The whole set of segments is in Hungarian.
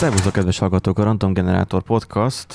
Szervusztok, kedves hallgatók, a Random Generator Podcast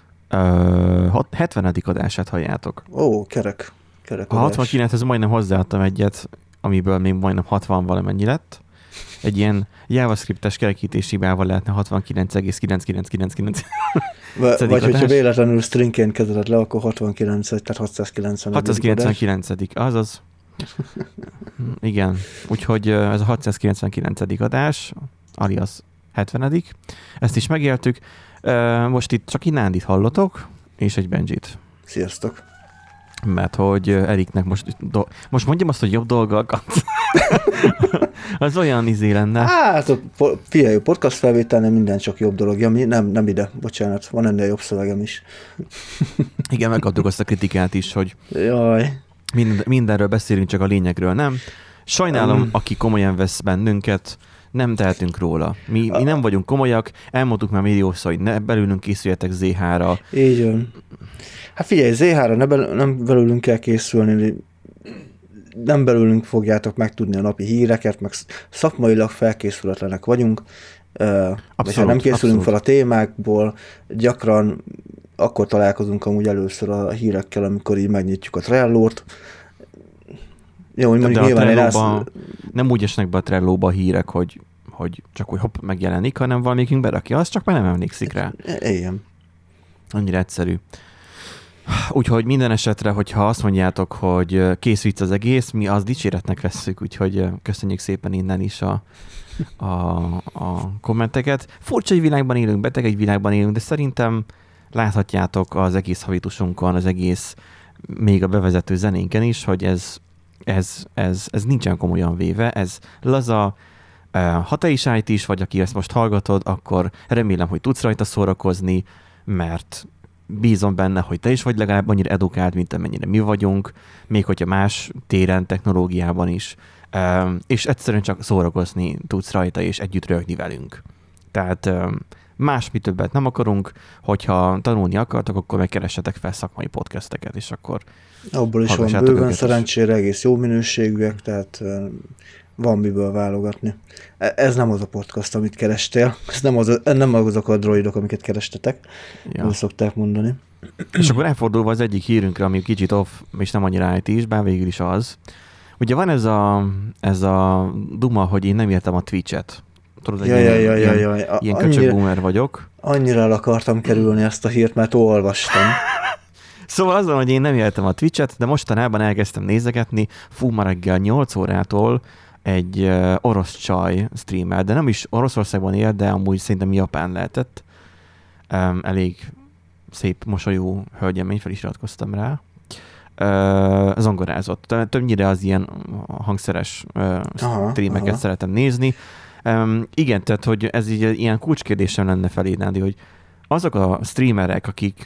70. adását halljátok. Ó, kerek A 69-hez majdnem hozzáadtam egyet, amiből még majdnem 60 valamennyi lett. Egy ilyen JavaScript-es kerekítési hibával lehetne 69,9999. Vagy hogyha véletlenül stringként kezeled le, akkor 69, tehát 690. 699. Azaz. Igen. Úgyhogy ez a 699. adás, alias 70. Ezt is megéltük. Most itt csak Nándit hallotok, és egy Benjit. Sziasztok. Mert hogy Eriknek most mondjam azt, hogy jobb dolgokat. Az olyan izé lenne. Hát, figyelj, podcast felvételnél minden csak jobb dolog. Ja, nem ide, bocsánat, van ennél jobb szövegem is. Igen, megkaptuk azt a kritikát is, hogy jaj. Mindenről beszélünk, csak a lényegről nem. Sajnálom, aki komolyan vesz bennünket, nem tehetünk róla. Mi nem vagyunk komolyak, elmondtuk már milliószor, hogy ne belülünk készüljetek ZH-ra. Így van. Hát figyelj, ZH-ra nem belülünk kell készülni, nem belülünk fogjátok megtudni a napi híreket, meg szakmailag felkészületlenek vagyunk. És ha nem készülünk fel a témákból, gyakran akkor találkozunk amúgy először a hírekkel, amikor így megnyitjuk a Trello-t. Jó, hogy mondjuk nyilván nem úgy esnek be a Trello-ba a hírek, hogy csak úgy hopp megjelenik, hanem valamikünk berakja, az csak már nem emlékszik rá. Igen. Annyira egyszerű. Úgyhogy minden esetre, hogyha azt mondjátok, hogy kész vicc az egész, mi azt dicséretnek vesszük, úgyhogy köszönjük szépen innen is a kommenteket. Furcsa egy világban élünk, beteg egy világban élünk, de szerintem láthatjátok az egész habitusunkon, az egész, még a bevezető zenénken is, hogy ez nincsen komolyan véve, ez laza. Ha te is IT-s vagy, aki ezt most hallgatod, akkor remélem, hogy tudsz rajta szórakozni, mert bízom benne, hogy te is vagy legalább annyira edukált, mint amennyire mi vagyunk, még hogyha más téren, technológiában is, és egyszerűen csak szórakozni tudsz rajta, és együtt rögni velünk. Tehát másmi többet nem akarunk, hogyha tanulni akartok, akkor megkeressetek fel szakmai podcasteket, és akkor abból is van bőven, szerencsére egész jó minőségűek, tehát van miből válogatni. Ez nem az a podcast, amit kerestél. Ez nem azok a droidok, amiket kerestetek. Ja. Úgy szokták mondani. És akkor elfordulva az egyik hírünkre, ami kicsit off, és nem annyira IT is, bár végül is az. Ugye van ez a duma, hogy én nem értem a Twitch-et. Tudod, ilyen köcsög boomer vagyok. Annyira el akartam kerülni ezt a hírt, mert olvastam. Szóval azon, hogy én nem értem a Twitch-et, de mostanában elkezdtem nézegetni, ma reggel 8 órától egy orosz csaj streamer, de nem is Oroszországban él, de amúgy szerintem Japán lehetett. Elég szép mosolyú hölgyemény, fel is iratkoztam rá. Zongorázott. Többnyire az ilyen hangszeres streameket szeretem nézni. Igen, tehát, hogy ez így ilyen kulcskérdésem lenne felé, Nándi, hogy azok a streamerek, akik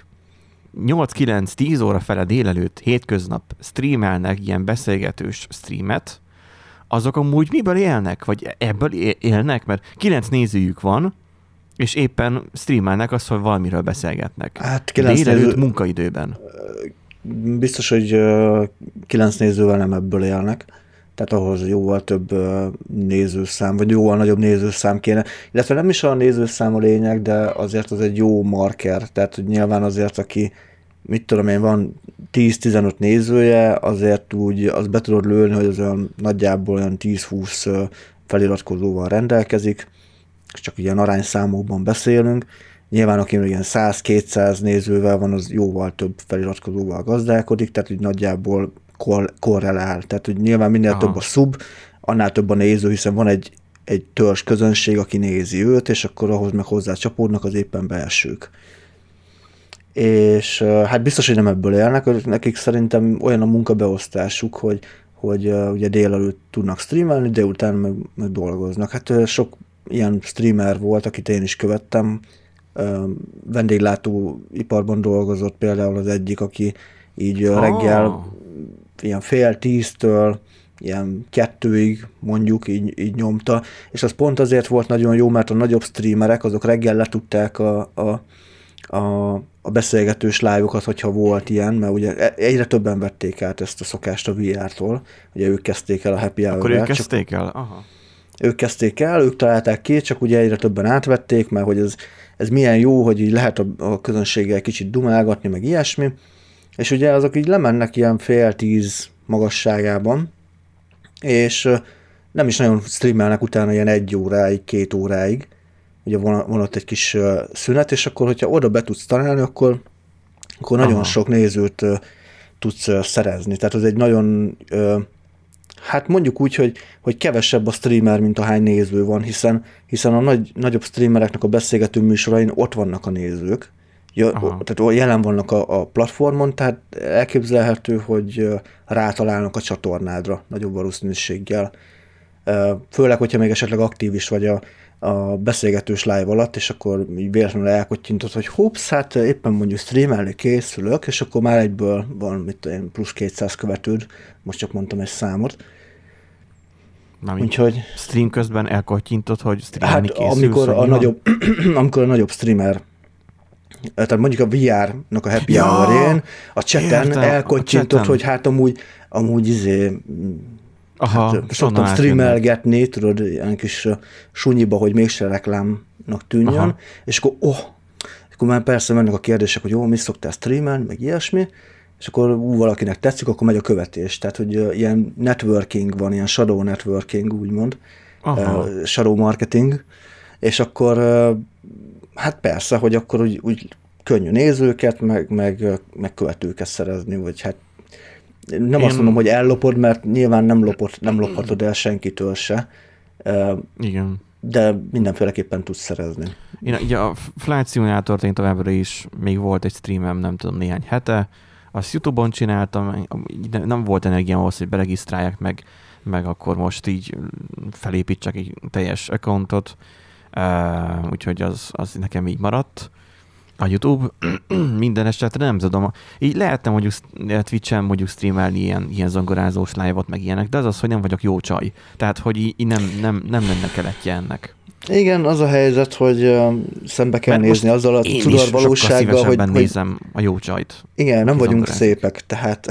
8-9-10 óra fele délelőtt hétköznap streamelnek ilyen beszélgetős streamet, azok amúgy miből élnek? Vagy ebből élnek? Mert 9 nézőjük van, és éppen streamelnek azt, hogy valamiről beszélgetnek. Hát délelőtt munkaidőben. Biztos, hogy 9 nézővel nem ebből élnek. Tehát ahhoz jóval több nézőszám, vagy jóval nagyobb nézőszám kéne. Illetve nem is a nézőszám a lényeg, de azért az egy jó marker. Tehát hogy nyilván azért, aki, mit tudom én, van 10-15 nézője, azért úgy azt be tudod lőni, hogy az olyan nagyjából olyan 10-20 feliratkozóval rendelkezik, és csak ilyen arányszámokban beszélünk. Nyilván aki ilyen 100-200 nézővel van, az jóval több feliratkozóval gazdálkodik, tehát úgy nagyjából korrelál. Tehát, hogy nyilván minél több a sub, annál több a néző, hiszen van egy törzs közönség, aki nézi őt, és akkor ahhoz meg hozzá csapódnak az éppen belsők. És hát biztos, hogy nem ebből élnek, nekik szerintem olyan a munkabeosztásuk, hogy ugye délelőtt tudnak streamelni, délután meg dolgoznak. Hát sok ilyen streamer volt, akit én is követtem, vendéglátóiparban dolgozott például az egyik, aki így reggel ilyen 9:30-től ilyen 2-ig mondjuk így nyomta, és az pont azért volt nagyon jó, mert a nagyobb streamerek azok reggel letudták a beszélgetős live-okat, hogyha volt ilyen, mert ugye egyre többen vették át ezt a szokást a VR-tól, ugye ők kezdték el a happy hour-vel. Akkor ők kezdték el? Aha. ők kezdték el, ők találták ki, csak ugye egyre többen átvették, mert hogy ez milyen jó, hogy így lehet a közönséggel kicsit dumálgatni, meg ilyesmi, és ugye azok így lemennek ilyen 9:30 magasságában, és nem is nagyon streamelnek utána ilyen 1 óráig, 2 óráig, ugye van ott egy kis szünet, és akkor, hogyha oda be tudsz találni, akkor nagyon sok nézőt tudsz szerezni. Tehát ez egy nagyon, hát mondjuk úgy, hogy kevesebb a streamer, mint ahány néző van, hiszen a nagyobb streamereknek a beszélgető műsorain ott vannak a nézők, tehát jelen vannak a platformon, tehát elképzelhető, hogy rátalálnak a csatornádra nagyobb valószínűséggel. Főleg, hogyha még esetleg aktív is vagy a beszélgetős live alatt, és akkor így véletlenül elkottyintod, hogy hopsz, hát éppen mondjuk streamelni készülök, és akkor már egyből van, mit tudom én, plusz 200 követőd, most csak mondtam egy számot. Úgyhogy stream közben elkottyintod, hogy streamelni készülsz? Amikor a nagyobb streamer, tehát mondjuk a VR-nak a happy hour-én, a chaten elkottyintod, hogy hát amúgy szoktam streamelgetni, tudod, ilyen kis sunyiba, hogy mégse reklámnak tűnjön, és akkor már persze mennek a kérdések, hogy mi szoktál streamelni, meg ilyesmi, és akkor valakinek tetszik, akkor megy a követés. Tehát, hogy ilyen networking van, ilyen shadow networking, úgymond, shadow marketing, és akkor hát persze, hogy akkor úgy könnyű nézőket, meg követőket szerezni, vagy hát nem azt mondom, hogy ellopod, mert nyilván nem lophatod el senkitől se. Igen. De mindenféleképpen tudsz szerezni. Ugye a Flight Simulator-t én továbbra is, még volt egy streamem, nem tudom, néhány hete, azt YouTube-on csináltam, nem volt energiám ahhoz, hogy beregisztrálják meg akkor most így felépítsek egy teljes accountot, úgyhogy az nekem így maradt. A YouTube minden esetre nem tudom. Így lehetne mondjuk Twitch-en mondjuk streamelni ilyen zongorázós live-ot, meg ilyenek, de az, hogy nem vagyok jó csaj. Tehát, hogy így nem lenne keletje ennek. Igen, az a helyzet, hogy szembe kell nézni azzal a cudar valósággal, hogy nézem a jó csajt. Igen, nem vagyunk szépek, tehát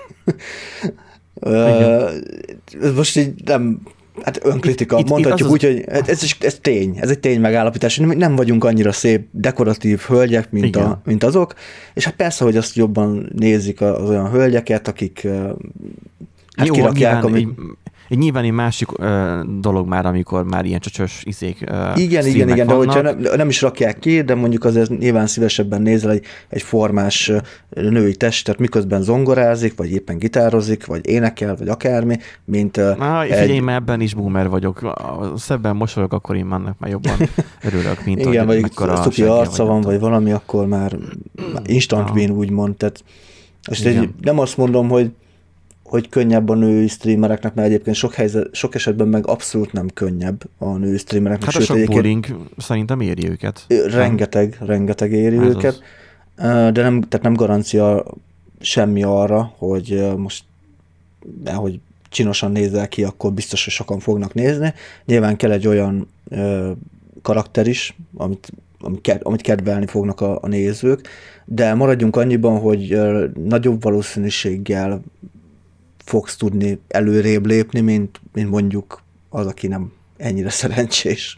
most így nem, hát önkritika, mondhatjuk úgy, hogy ez tény, ez egy tény megállapítás, nem vagyunk annyira szép, dekoratív hölgyek, mint azok, és hát persze, hogy azt jobban nézik az olyan hölgyeket, akik hát jó, kirakják, nyilván egy másik dolog már, amikor már ilyen csöcsös igen, de hogyha nem is rakják ki, de mondjuk azért nyilván szívesebben nézel egy formás női testet, miközben zongorázik, vagy éppen gitározik, vagy énekel, vagy akármi, mint figyelj, már ebben is boomer vagyok. Szebben mosolyog, akkor én már jobban örülök, mint igen, vagy szuki arca van, vagy valami, akkor már instant win, úgymond. Tehát, és nem azt mondom, hogy könnyebb a női streamereknek, mert egyébként sok esetben meg abszolút nem könnyebb a női streamereknek. Hát a sok bullying szerintem éri őket. Rengeteg éri őket, tehát nem garancia semmi arra, hogy most hogy csinosan nézel ki, akkor biztos, hogy sokan fognak nézni. Nyilván kell egy olyan karakter is, amit kedvelni fognak a nézők, de maradjunk annyiban, hogy nagyobb valószínűséggel fogsz tudni előrébb lépni, mint mondjuk az, aki nem ennyire szerencsés.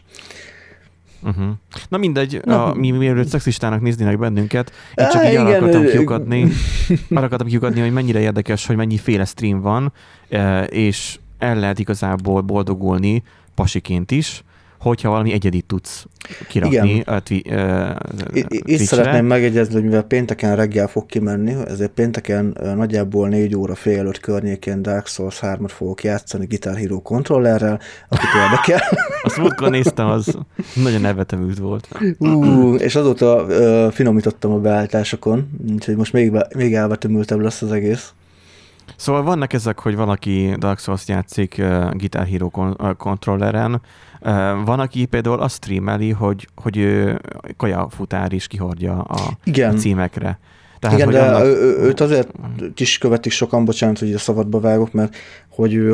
Na mindegy, mi mielőtt szexistának néznének bennünket, én csak így arra akartam kiukadni, hogy mennyire érdekes, hogy mennyiféle stream van, és el lehet igazából boldogulni pasiként is, hogyha valami egyedit tudsz kirakni Itt szeretném megjegyezni, hogy mivel pénteken reggel fog kimenni, ezért pénteken nagyjából 4 óra fél 5 környékén Dark Souls 3-at fogok játszani Guitar Hero kontrollerrel, akit érdekel. Azt múltkor néztem, az nagyon elvetemült volt. És azóta finomítottam a beállításokon, úgyhogy most még elvetemültebb lesz az egész. Szóval vannak ezek, hogy valaki Dark Souls játszik Guitar Hero kontrolleren, van, aki például azt streameli, hogy ő kajafutár is kihordja a címekre. Tehát, igen, de őt azért is követik sokan, bocsánat, hogy a szabadba vágok, mert hogy ő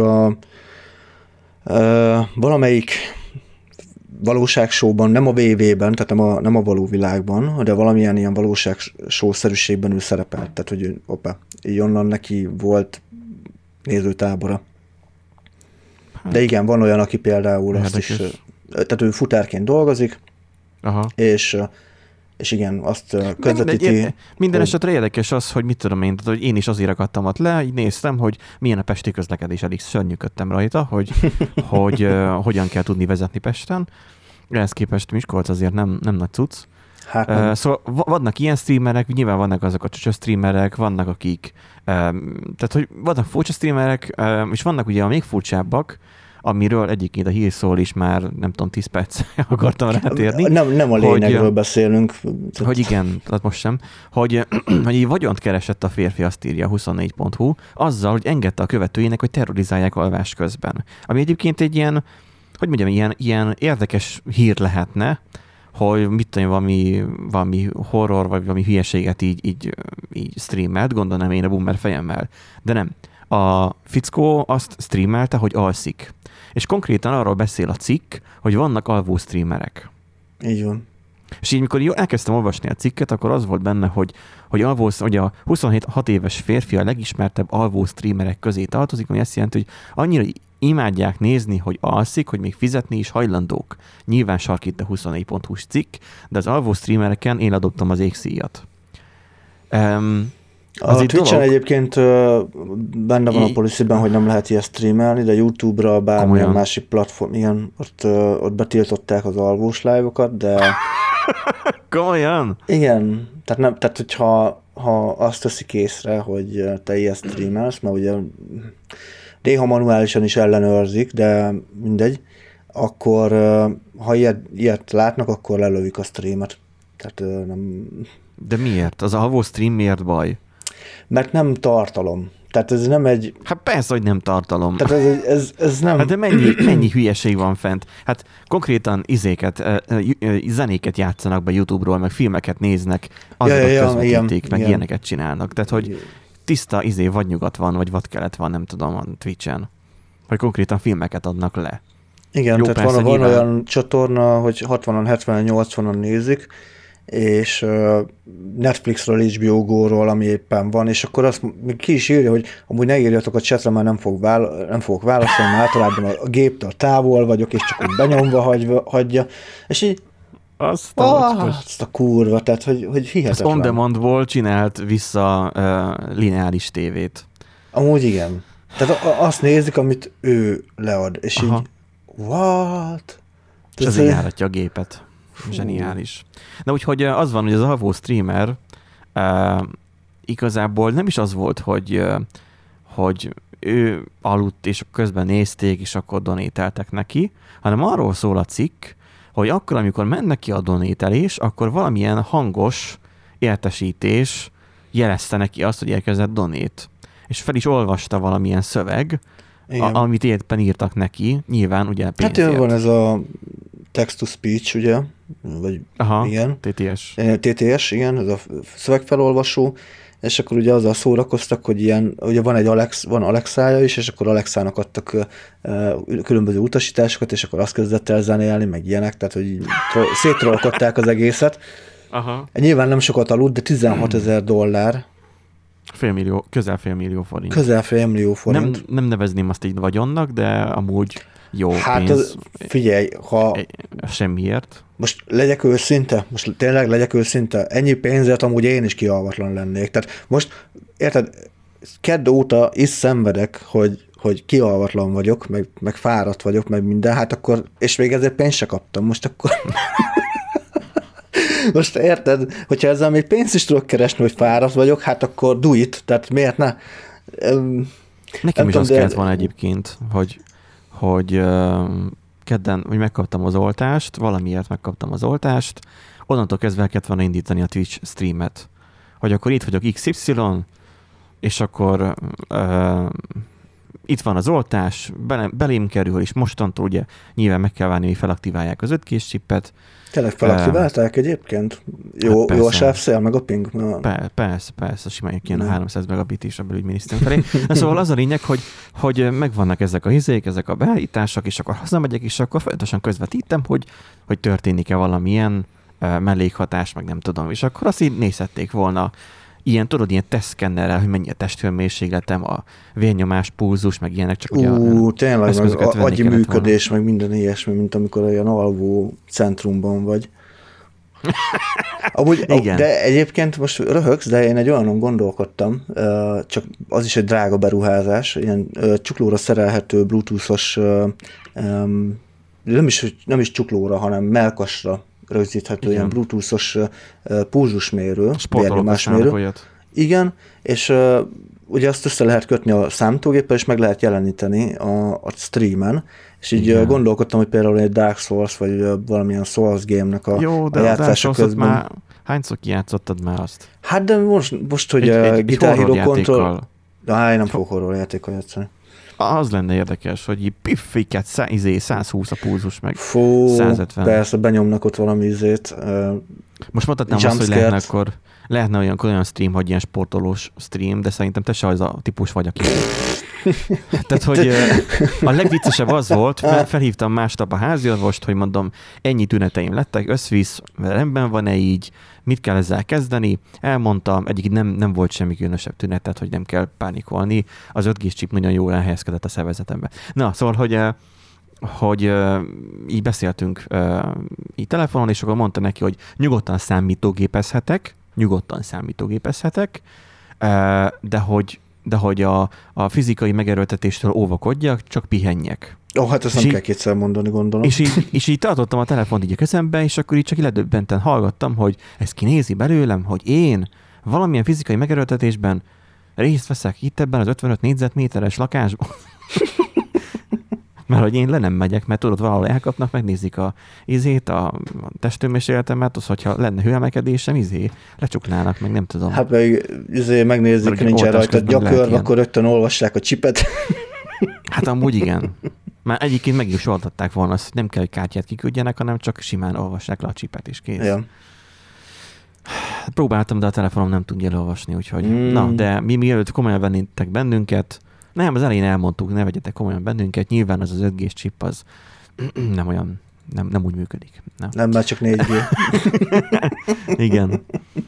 valamelyik valóságsóban, nem a VV-ben, tehát nem a való világban, de valamilyen ilyen valóságshow-szerűségben ő szerepelt. Tehát, hogy így onnan neki volt nézőtábora. De igen, van olyan, aki például azt is, tehát ő futárként dolgozik, és igen, azt közvetíti. Minden esetre érdekes az, hogy mit tudom én, tehát, hogy én is azért akadtam ott le, így néztem, hogy milyen a pesti közlekedés, elég szörnyűködtem rajta, hogy hogyan kell tudni vezetni Pesten. Ehhez képest Miskolc azért nem nagy cucc. Hát szóval vannak ilyen streamerek, nyilván vannak azok a csöcsös streamerek, vannak akik, tehát hogy vannak furcsa streamerek, és vannak ugye a még furcsábbak, amiről egyébként a hírszól is már, nem tudom, 10 perc akartam rátérni. Nem a lényegről beszélünk. Hogy igen, tehát most sem. Hogy így vagyont keresett a férfi, azt írja 24.hu, azzal, hogy engedte a követőinek, hogy terrorizálják alvás közben. Ami egyébként egy ilyen, hogy mondjam, ilyen érdekes hír lehetne, hogy mit tudom, valami horror, vagy valami hülyeséget így streamelt, gondolnám én a boomer fejemmel. De nem. A fickó azt streamelte, hogy alszik. És konkrétan arról beszél a cikk, hogy vannak alvó streamerek. Így van. És így, mikor elkezdtem olvasni a cikket, akkor az volt benne, hogy a 26 éves férfi a legismertebb alvó streamerek közé tartozik, ami azt jelenti, hogy annyira imádják nézni, hogy alszik, hogy még fizetni is hajlandók. Nyilván sarkít a 24.hu-s cikk, de az alvó streamereken én adottam az égszíjat. A Twitch-en egyébként benne van a policy-ben, hogy nem lehet ilyet streamelni, de YouTube-ra bármilyen másik platform, igen, ott betiltották az alvós live-okat, de... Komolyan? Igen, tehát hogyha azt teszik észre, hogy te ilyet streamelsz, mert ugye néha manuálisan is ellenőrzik, de mindegy, akkor ha ilyet látnak, akkor lelövik a streamet. Tehát nem... De miért? Az alvó stream miért baj? Mert nem tartalom. Tehát ez nem egy... Hát persze, hogy nem tartalom. Tehát ez nem... Hát de mennyi hülyeség van fent? Hát konkrétan zenéket játszanak be YouTube-ról, meg filmeket néznek, azokat közvetítik, meg ilyeneket csinálnak. Tehát, hogy tiszta vadnyugat van, vagy vadkelet van, nem tudom, a Twitch-en. Hogy konkrétan filmeket adnak le. Igen, jó, tehát van olyan csatorna, hogy 60-an, 70-en, 80-an nézik, és Netflixről, HBO Go-ról, ami éppen van, és akkor azt ki is írja, hogy amúgy ne írjatok a chatre, mert nem fogok válaszolni, mert általában a géptől távol vagyok, és csak úgy benyomva hagyja, és így azt a kurva, tehát hogy hihetetlen. Az on demandból csinált vissza lineáris tévét. Amúgy igen. Tehát azt nézik, amit ő lead, és így what? És azért járatja a gépet. Zseniális. Na úgyhogy az van, hogy az alvó streamer igazából nem is az volt, hogy ő aludt, és közben nézték, és akkor donételtek neki, hanem arról szól a cikk, hogy akkor, amikor mennek ki a donételés, akkor valamilyen hangos értesítés jelezte neki azt, hogy elkezdett donét. És fel is olvasta valamilyen szöveg, amit éppen írtak neki, nyilván ugye pénzért. Hát van ez a text-to-speech, ugye? Vagy igen. TTS, igen, ez a szövegfelolvasó, és akkor ugye azzal szórakoztak, hogy ugye van Alexája is, és akkor Alexának adtak különböző utasításokat, és akkor azt kezdett el zenélni, meg ilyenek, tehát hogy széttrollkodták az egészet. Aha. Nyilván nem sokat aludt, de $16,000. Közel $5 millió forint. Közel $5 millió forint. Nem nevezném azt így vagyonnak, de amúgy jó hát pénz. Figyelj, ha... Semmiért. Most legyek őszinte, ennyi pénzért amúgy én is kialvatlan lennék. Tehát most, érted, kedd óta is szenvedek, hogy kialvatlan vagyok, meg fáradt vagyok, meg minden, hát akkor, és még ezért pénzt se kaptam, most akkor... Most érted, hogyha ezzel még pénzt is tudok keresni, hogy fáradt vagyok, hát akkor do it, tehát miért ne? Nekem is az kellett volna egyébként, hogy kedden, hogy megkaptam az oltást, valamiért megkaptam az oltást, onnantól kezdve kellett volna indítani a Twitch streamet. Hogy akkor itt vagyok XY, és akkor itt van az oltás, belém kerül, és mostantól ugye nyilván meg kell várni, hogy felaktiválják az 5G csippet. Tényleg felaktiválták egyébként? Jó a sávszél, meg a ping? Persze, simán jön a 300 megabit is a belügyminisztérium felé. Na, szóval az a lényeg, hogy megvannak ezek a hizék, ezek a beállítások, és akkor hazamegyek, és akkor folyamatosan közvetítem, hogy történik-e valamilyen mellékhatás, meg nem tudom, és akkor azt így nézhették volna ilyen, tudod, ilyen tesztkennerrel, hogy mennyi a testhőmérsékletem, a vérnyomás, pulzus, meg ilyenek, csak ugye tényleg, meg agyi működés, volna. Meg minden ilyesmi, mint amikor olyan alvó centrumban vagy. Amúgy, igen. De egyébként most röhögsz, de én egy olyanon gondolkodtam, csak az is egy drága beruházás, ilyen csuklóra szerelhető bluetooth-os, nem is csuklóra, hanem mellkasra rögzíthető ilyen bluetooth-os pulzusmérő, vérnyomásmérő. Igen, és ugye azt össze lehet kötni a számítógéppel, és meg lehet jeleníteni a streamen, és így gondolkodtam, hogy például egy Dark Souls, vagy valamilyen Souls game-nek a játszása közben. Már hányszor kijátszottad már azt? Hát de most hogy Guitar Hero Control... Én nem fogok horror játékkal játszani. Az lenne érdekes, hogy így piffiket, 120 a pulzus, meg 150. Persze, benyomnak ott valami izét. Most mondhatnám azt, hogy lehetne olyan stream, hogy ilyen sportolós stream, de szerintem te se az a típus vagy, aki... Tehát, hogy a legviccesebb az volt, felhívtam másnap a háziorvost, hogy mondom, ennyi tüneteim lettek, összvisz, rendben van-e így, mit kell ezzel kezdeni? Elmondtam, nem volt semmi különösebb tünet, tehát hogy nem kell pánikolni. Az 5G chip nagyon jól elhelyezkedett a szervezetembe. Na, szóval, hogy így beszéltünk így telefonon, és akkor mondta neki, hogy nyugodtan számítógépezhetek, de hogy a fizikai megerőltetéstől óvakodjak, csak pihenjek. Hát ezt nem kell kétszer mondani, gondolom. És így tartottam a telefont így a kezembe, és akkor így csak ledöbbenten hallgattam, hogy ez kinézi belőlem, hogy én valamilyen fizikai megerőltetésben részt veszek itt ebben az 55 négyzetméteres lakásban. Mert hogy én le nem megyek, mert tudod, valahol elkapnak, megnézik a testhőmérsékletemet, az, hogyha lenne hőemelkedésem, lecsuknának, meg nem tudom. Hát megnézik, nincsen rajta gyakör, akkor rögtön olvassák a csipet. Hát amúgy igen. Már egyébként meg is oltatták volna azt, hogy nem kell, hogy kártyát kiküldjenek, hanem csak simán olvassák le a csipet, és kész. Ja. Próbáltam, de a telefonom nem tudja elolvasni, úgyhogy na, de mielőtt komolyan vennétek bennünket, nem, az elején elmondtuk, ne vegyetek komolyan bennünket, nyilván az 5G chip az nem olyan, nem úgy működik. Nem, már csak 4G. Igen.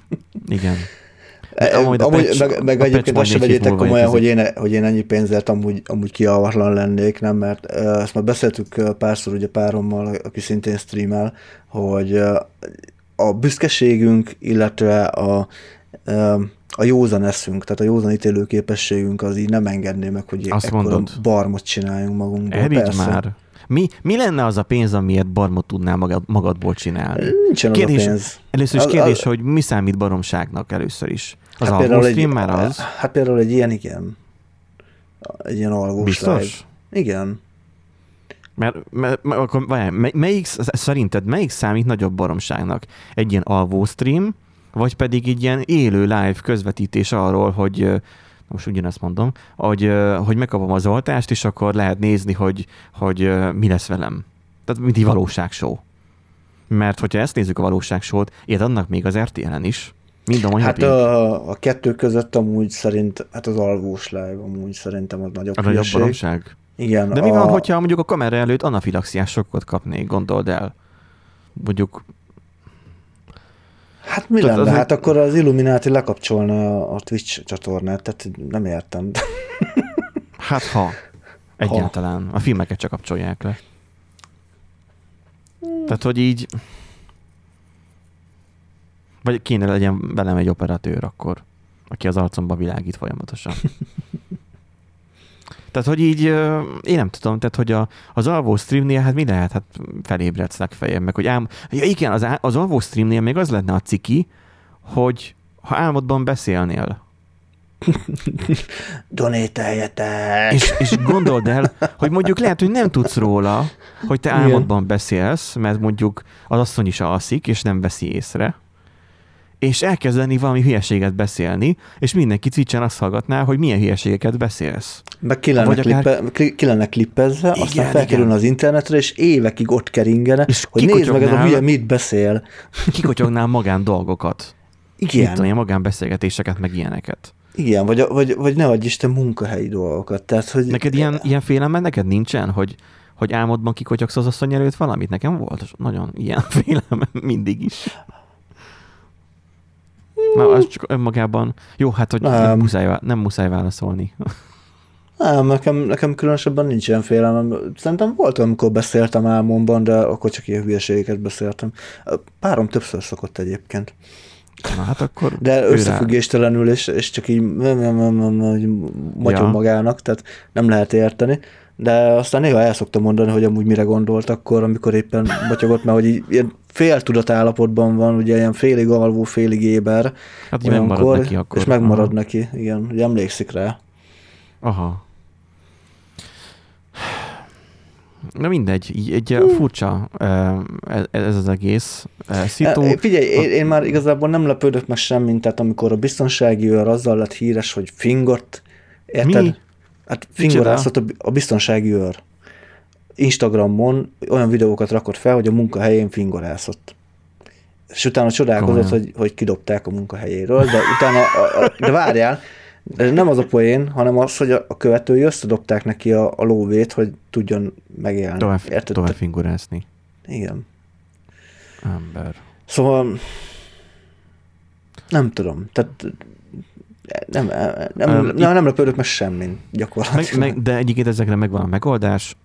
Meg egyébként azt sem vegyétek komolyan, hogy én ennyi pénzért amúgy kialvatlan lennék, nem, mert ezt már beszéltük párszor ugye párommal, aki szintén streamel, hogy a büszkeségünk, illetve a józan eszünk, tehát a józan ítélő képességünk az így nem engedné meg, hogy ekkora barmot csináljunk magunkból. Erigy már. Mi lenne az a pénz, amiért barmot tudnál magadból csinálni? Nincsen kérdés, az a pénz. Először is kérdés, hogy mi számít baromságnak először is? Az alvóstream már az? Hát például egy ilyen, igen. Egy ilyen alvós. Biztos? Igen. Mert akkor szerinted melyik számít nagyobb baromságnak? Egy ilyen alvóstream, vagy pedig egy ilyen élő live közvetítés arról, hogy most ugyanezt mondom, hogy megkapom az oltást, és akkor lehet nézni, hogy mi lesz velem. Tehát mint egy valóságshow. Mert hogyha ezt nézzük a valóságshow-t, annak még az RTL-en is. Hát a kettő között amúgy hát az alvós live amúgy szerintem az nagyobb hülyeség. A nagyobb baromság? Igen. De mi van, hogyha mondjuk a kamera előtt anafilaxiás sokkot kapnék, gondold el. Mondjuk... Hát mi lenne? Hát akkor az Illuminati lekapcsolna a Twitch csatornát, tehát nem értem. Hát egyáltalán. A filmeket csak kapcsolják le. Tehát, hogy így... Vagy kéne legyen velem egy operatőr akkor, aki az arcomba világít folyamatosan. Tehát, hogy így, én nem tudom, tehát, hogy az alvó streamnél, hát mi lehet? Hát felébredsz legfeljebb, meg hogy igen, az alvó streamnél még az lenne a ciki, hogy ha álmodban beszélnél. Donételjetek! És gondold el, hogy mondjuk lehet, hogy nem tudsz róla, hogy te álmodban beszélsz, mert mondjuk az asszony is alszik, és nem veszi észre, és elkezdeni valami hülyeséget beszélni, és mindenki Twitchen azt hallgatná, hogy milyen hülyeségeket beszélsz. Meg ki lenne klippezve, aztán felkerülne az internetre, és évekig ott keringene, és hogy nézd meg ez a hülye mit beszél. Kikotyognál magán dolgokat. Igen. Mit tudom, magánbeszélgetéseket, meg ilyeneket. Igen, vagy ne adj Isten munkahelyi dolgokat. Tehát, hogy... Neked ilyen félelmed neked nincsen, hogy álmodban kikotyogsz az asszony előtt valamit? Nekem volt nagyon ilyen félelem mindig is. Na, az csak önmagában... Jó, hát, hogy nem muszáj válaszolni. Nem, nekem különösebben nincs ilyen félelmem. Szerintem volt, amikor beszéltem álmomban, de akkor csak ilyen hülyeségeket beszéltem. Párom többször szokott egyébként. Na, hát akkor... De összefüggéstelenül, és csak így matyom magának, tehát nem lehet érteni. De aztán néha el szoktam mondani, hogy amúgy mire gondolt akkor, amikor éppen matyogott, mert hogy így ilyen fél tudatállapotban van, ugye ilyen félig alvó, félig éber. Hát megmarad neki akkor. És megmarad neki, igen, ugye emlékszik rá. Aha. Na mindegy, így egy furcsa ez az egész szitu. Figyelj, én már igazából nem lepődök meg semmit, tehát amikor a biztonsági őr azzal lett híres, hogy fingott, érted? Mi? Hát fingorászott a biztonsági őr. Instagramon olyan videókat rakott fel, hogy a munkahelyén fingorászott. És utána csodálkozott, hogy kidobták a munkahelyéről, de utána, de várjál, nem az a poén, hanem az, hogy a követői összedobták neki a lóvét, hogy tudjon megélni. Tovább fingorászni. Igen. Ember. Szóval nem tudom. Tehát nem lepődök meg semmin gyakorlatilag. De egyébként ezekre megvan a megoldás.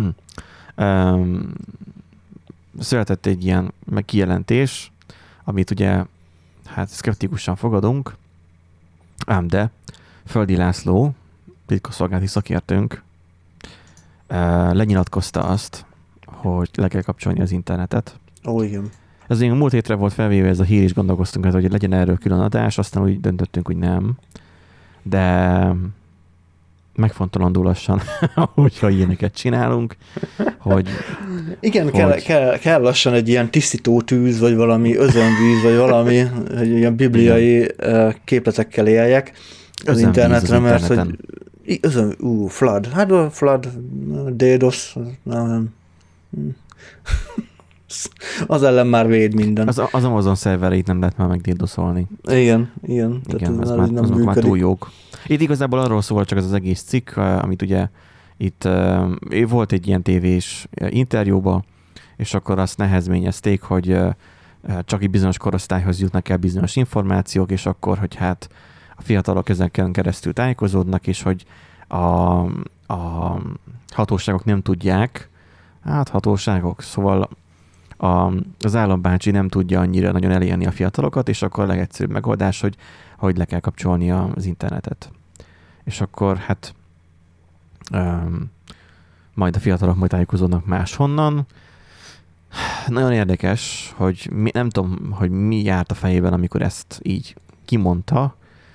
Született egy ilyen kijelentés, amit ugye hát szkeptikusan fogadunk, ám de Földi László, titkosszolgálati szakértőnk lenyilatkozta azt, hogy le kell kapcsolni az internetet. Ó, igen. Ez még a múlt hétre volt felvéve ez a hír, és gondolkoztunk, hogy legyen erről külön adás, aztán úgy döntöttünk, hogy nem. De megfontolandó lassan, hogyha ilyeneket csinálunk, hogy... Igen, kell lassan egy ilyen tisztító tűz, vagy valami özönvíz, vagy valami, hogy ilyen bibliai képletekkel éljek az internetre, mert hogy flood, hát a flood, DDoS, nem. Az ellen már véd minden. Az Amazon szervereit nem lehet már megdédoszolni. Igen. Igen, azok már túl jók. Itt igazából arról szól csak ez az egész cikk, amit ugye itt volt egy ilyen tévés interjúba, és akkor azt nehezményezték, hogy csak egy bizonyos korosztályhoz jutnak el bizonyos információk, és akkor, hogy hát a fiatalok ezeken keresztül tájékozódnak, és hogy a hatóságok nem tudják, szóval az állambácsi nem tudja annyira nagyon elérni a fiatalokat, és akkor a legegyszerűbb megoldás, hogy le kell kapcsolni az internetet. És akkor hát majd a fiatalok majd tájékozódnak máshonnan. Nagyon érdekes, hogy nem tudom, hogy mi járt a fejében, amikor ezt így kimondta,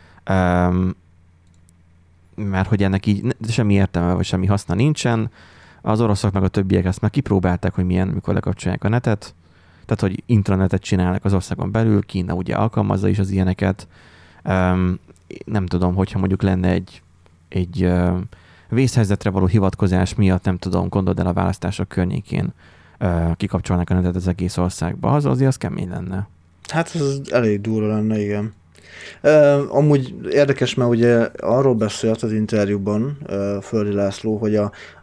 mert hogy ennek így semmi értelme, vagy semmi haszna nincsen. Az oroszok meg a többiek ezt már kipróbálták, hogy milyen, mikor lekapcsolják a netet. Tehát, hogy intranetet csinálnak az országon belül, Kína ugye alkalmazza is az ilyeneket. Nem tudom, hogyha mondjuk lenne egy vészhelyzetre való hivatkozás miatt, nem tudom, gondold el a választások környékén kikapcsolnák a netet az egész országba. Az kemény lenne. Hát ez elég durva lenne, igen. Amúgy érdekes, mert ugye arról beszélt az interjúban Földi László, hogy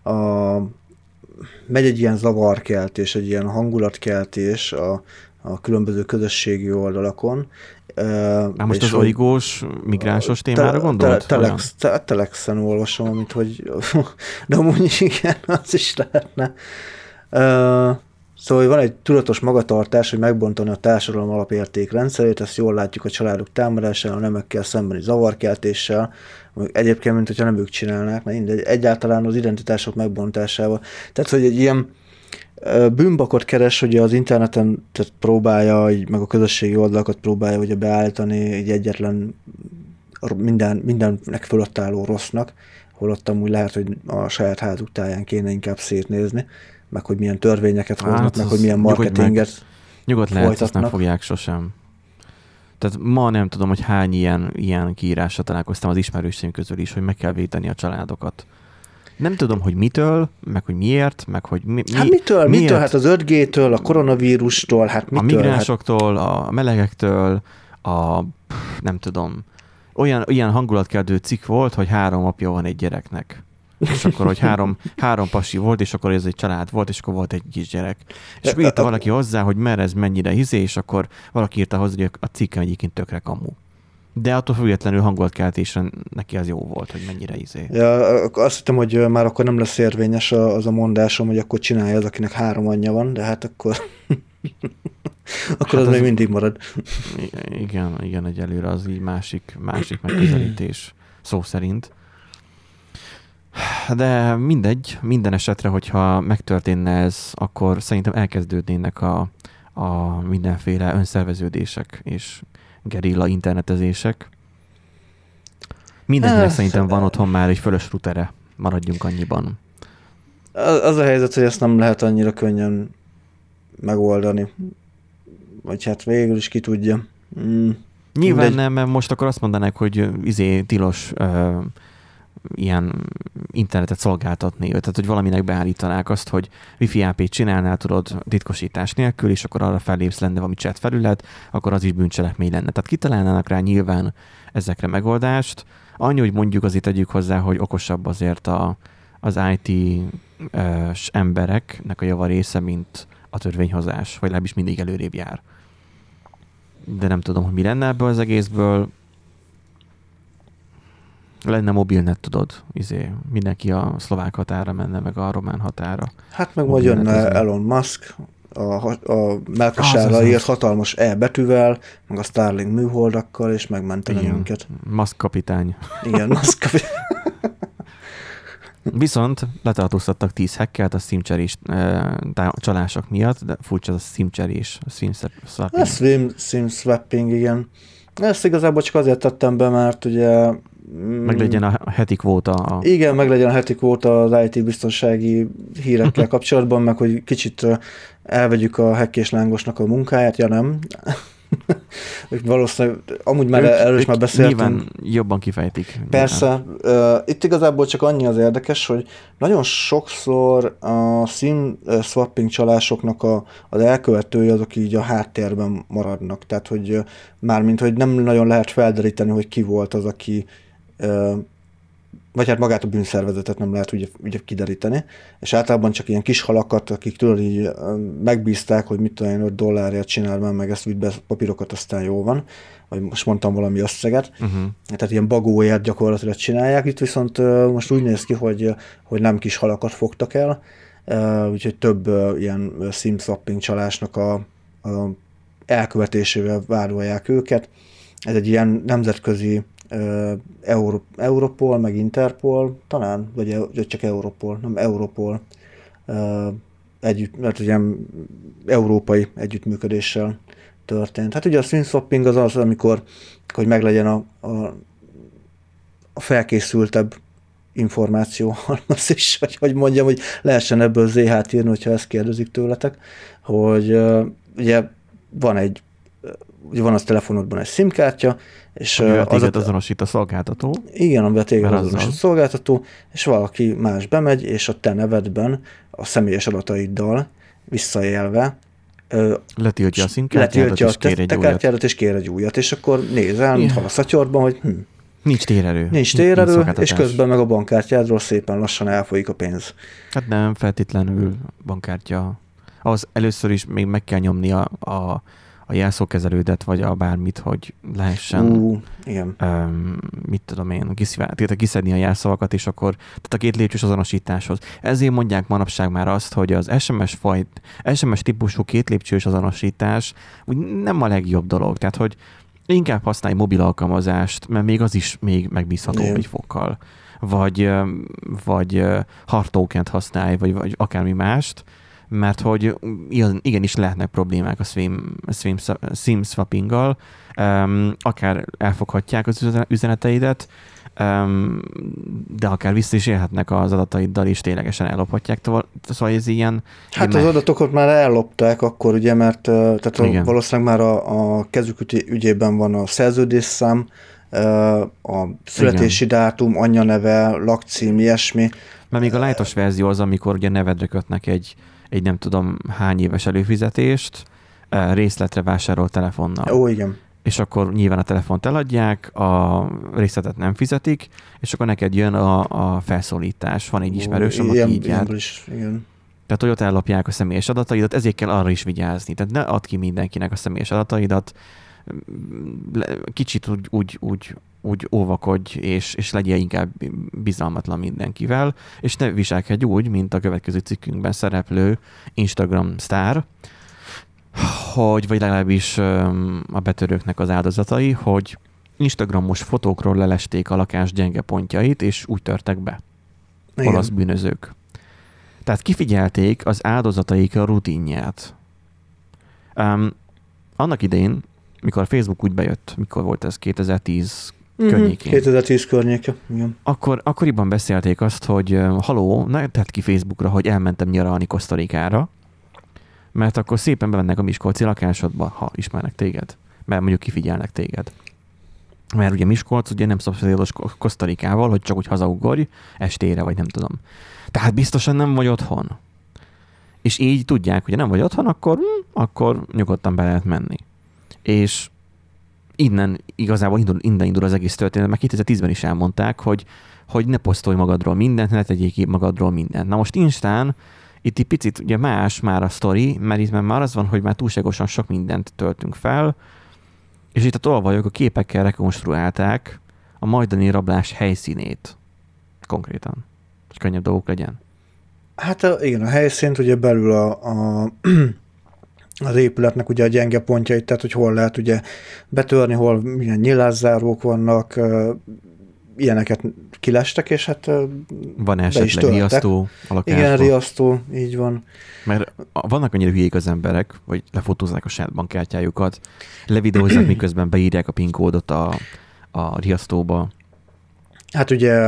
megy egy ilyen zavarkeltés, egy ilyen hangulatkeltés a különböző közösségi oldalakon. Most az origós, migránsos témára gondolt? Telexen olvasom, amit hogy... De amúgy igen, az is lehetne. Szóval van egy tudatos magatartás, hogy megbontani a társadalom alapértékrendszerét, ezt jól látjuk a családok támadásával, a nemekkel szembeni zavarkeltéssel, egyébként, mint hogyha nem ők csinálnák, mert egyáltalán az identitások megbontásával. Tehát, hogy egy ilyen bűnbakot keres, hogy az interneten próbálja, meg a közösségi oldalakat próbálja ugye beállítani egy egyetlen mindennek fölött álló rossznak, holott amúgy lehet, hogy a saját házuk táján kéne inkább szétnézni, meg hogy milyen törvényeket hoznak, meg hogy milyen marketinget nyugodt lehet, azt nem fogják sosem. Tehát ma nem tudom, hogy hány ilyen kiírásra találkoztam az ismerőseim közül is, hogy meg kell védeni a családokat. Nem tudom, hogy mitől, meg hogy miért, meg hogy hát mitől? Hát az 5G-től, a koronavírustól, hát mitől? A migránsoktól, a melegektől, nem tudom, olyan hangulatkeltő cikk volt, hogy 3 apja van egy gyereknek. És akkor, hogy három pasi volt, és akkor ez egy család volt, és akkor volt egy kisgyerek. És akkor írta valaki hozzá, hogy mert ez mennyire és akkor valaki írta hozzá, hogy a cikk egyébként tökre kamu. De attól függetlenül hangultkeltésre neki az jó volt, hogy mennyire Ja, azt hittem, hogy már akkor nem lesz érvényes az a mondásom, hogy akkor csinálja az, akinek 3 anyja van, de hát akkor akkor hát az még mindig marad. Igen, egyelőre az így másik megközelítés szó szerint. De mindegy, minden esetre, hogyha megtörténne ez, akkor szerintem elkezdődnének a mindenféle önszerveződések és gerilla internetezések. Mindenkinek szerintem van otthon már egy fölös routere, maradjunk annyiban. Az a helyzet, hogy ezt nem lehet annyira könnyen megoldani. Vagy hát végül is ki tudja. Nyilván nem, mert most akkor azt mondanák, hogy tilos ilyen internetet szolgáltatni, tehát hogy valaminek beállítanák azt, hogy Wi-Fi IP-t csinálnál, tudod, titkosítás nélkül, és akkor arra fellépsz, lenne valami chat felület, akkor az is bűncselekmény lenne. Tehát kitalálnának rá nyilván ezekre megoldást. Annyi, hogy mondjuk azért tegyük hozzá, hogy okosabb azért az IT-s embereknek a java része, mint a törvényhozás, vagy legalábbis mindig előrébb jár. De nem tudom, hogy mi lenne ebből az egészből. Lenne mobilnet, tudod, mindenki a szlovák határa menne, meg a román határa. Hát meg majd jönne Elon Musk, a melkasára írt hatalmas E betűvel, meg a Starlink műholdakkal, és megmentene minket. Musk kapitány. Igen, Musk kapitány. Viszont letartóztattak 10 hackert a SIM-cserés csalások miatt, de furcsa az a SIM-cserés, a SIM-swapping. A SIM-swapping, igen. Ezt igazából csak azért tettem be, mert ugye meglegyen a heti kvóta. Igen, meglegyen a heti kvóta az IT biztonsági hírekkel kapcsolatban, meg hogy kicsit elvegyük a hekkés lángosnak a munkáját, ja nem. Valószínűleg, amúgy már erről is már beszéltünk. Nyilván jobban kifejtik. Persze. Itt igazából csak annyi az érdekes, hogy nagyon sokszor a SIM swapping csalásoknak az elkövetői azok így a háttérben maradnak. Tehát, hogy mármint, hogy nem nagyon lehet felderíteni, hogy ki volt az, aki vagy hát magát a bűnszervezetet nem lehet ugye kideríteni, és általában csak ilyen kis halakat, akik tudod így megbízták, hogy mit tudom én, $5 csinál már, meg ezt vidd be papírokat, aztán jó van, vagy most mondtam valami összeget, tehát ilyen bagóért gyakorlatilag csinálják, itt viszont most úgy néz ki, hogy nem kis halakat fogtak el, úgyhogy több ilyen SIM swapping csalásnak a elkövetésével vádolják őket. Ez egy ilyen nemzetközi Europol, meg Interpol, talán, vagy csak Europol, nem Europol együtt, mert ugye európai együttműködéssel történt. Hát ugye a SIM swapping az, amikor hogy meglegyen a felkészültebb információhalmaz is, hogy mondjam, hogy lehessen ebből ZH-t írni, hogyha ezt kérdezik tőletek, hogy ugye van az telefonodban egy SIM-kártya, és amivel téged azonosít a szolgáltató. Igen, amivel téged azonosít a szolgáltató, és valaki más bemegy, és a te nevedben a személyes adataiddal visszaélve letiltja a SIM-kártyádat, és kér egy újat. És kér egy újat, és akkor nézel, mint hal a szatyorban, hogy nincs térerő. Nincs térerő, és közben meg a bankkártyádról szépen lassan elfolyik a pénz. Hát nem feltétlenül bankkártya. Az először is még meg kell nyomni a jelszókezelődet, vagy a bármit, hogy lehessen igen. Mit tudom én, kiszedni a jelszavakat, és akkor tehát a 2 lépcsős azonosításhoz. Ezért mondják manapság már azt, hogy az SMS típusú 2 lépcsős azonosítás úgy nem a legjobb dolog. Tehát, hogy inkább használj mobil alkalmazást, mert még az is még megbízható egy fokkal. Vagy hard tokent használj, vagy akármi mást, mert hogy igenis lehetnek problémák a SIM swappinggal, akár elfoghatják az üzeneteidet, de akár vissza is élhetnek az adataiddal, és ténylegesen ellophatják. Szóval ez ilyen... Hát az adatokat már ellopták akkor, ugye, mert tehát valószínűleg már a kezük ügyében van a szerződésszám, a születési dátum, anyjaneve, lakcím, ilyesmi. Mert még a lightos verzió az, amikor ugye nevedre kötnek egy nem tudom hány éves előfizetést, részletre vásárolt telefonnal. Ó, igen. És akkor nyilván a telefont eladják, a részletet nem fizetik, és akkor neked jön a felszólítás. Van egy ismerősöm, aki így jár. Igen. Tehát, hogy ott ellopják a személyes adataidat, ezért kell arra is vigyázni. Tehát ne add ki mindenkinek a személyes adataidat, kicsit úgy óvakodj, és legyél inkább bizalmatlan mindenkivel, és ne viselkedj úgy, mint a következő cikkünkben szereplő Instagram sztár, vagy legalábbis a betörőknek az áldozatai, hogy Instagramos fotókról lelesték a lakás gyenge pontjait, és úgy törtek be. Olasz bűnözők. Tehát kifigyelték az áldozataik a rutinját. Annak idején, mikor a Facebook úgy bejött, mikor volt ez, 2010 környékén. 2010 környéke, igen. Akkoriban beszélték azt, hogy haló, ne tedd ki Facebookra, hogy elmentem nyaralni Kosztarikára, mert akkor szépen bevennek a miskolci lakásodba, ha ismernek téged, mert mondjuk kifigyelnek téged. Mert ugye Miskolc ugye nem szomszédos Kosztarikával, hogy csak úgy hazaugorj estére, vagy nem tudom. Tehát biztosan nem vagy otthon. És így tudják, hogy nem vagy otthon, akkor nyugodtan be lehet menni. És innen igazából innen indul az egész történet, mert 2010-ben is elmondták, hogy ne posztolj magadról mindent, ne tegyél ki magadról mindent. Na most Instán itt egy picit ugye más már a sztori, mert itt már az van, hogy már túlságosan sok mindent töltünk fel, és itt a tolvajok a képekkel rekonstruálták a majdani rablás helyszínét. Konkrétan. És könnyebb dolgok legyen. Hát igen, a helyszínt ugye belül az épületnek ugye a gyenge pontjait, tehát hogy hol lehet ugye betörni, hol milyen nyilászárók vannak, ilyeneket kilestek, és hát van esetleg riasztó a lakásban? Igen, riasztó, így van. Mert vannak annyira hülyék az emberek, hogy lefotózzák a saját bankkártyájukat, levideózzák, miközben beírják a PIN kódot a riasztóba. Hát ugye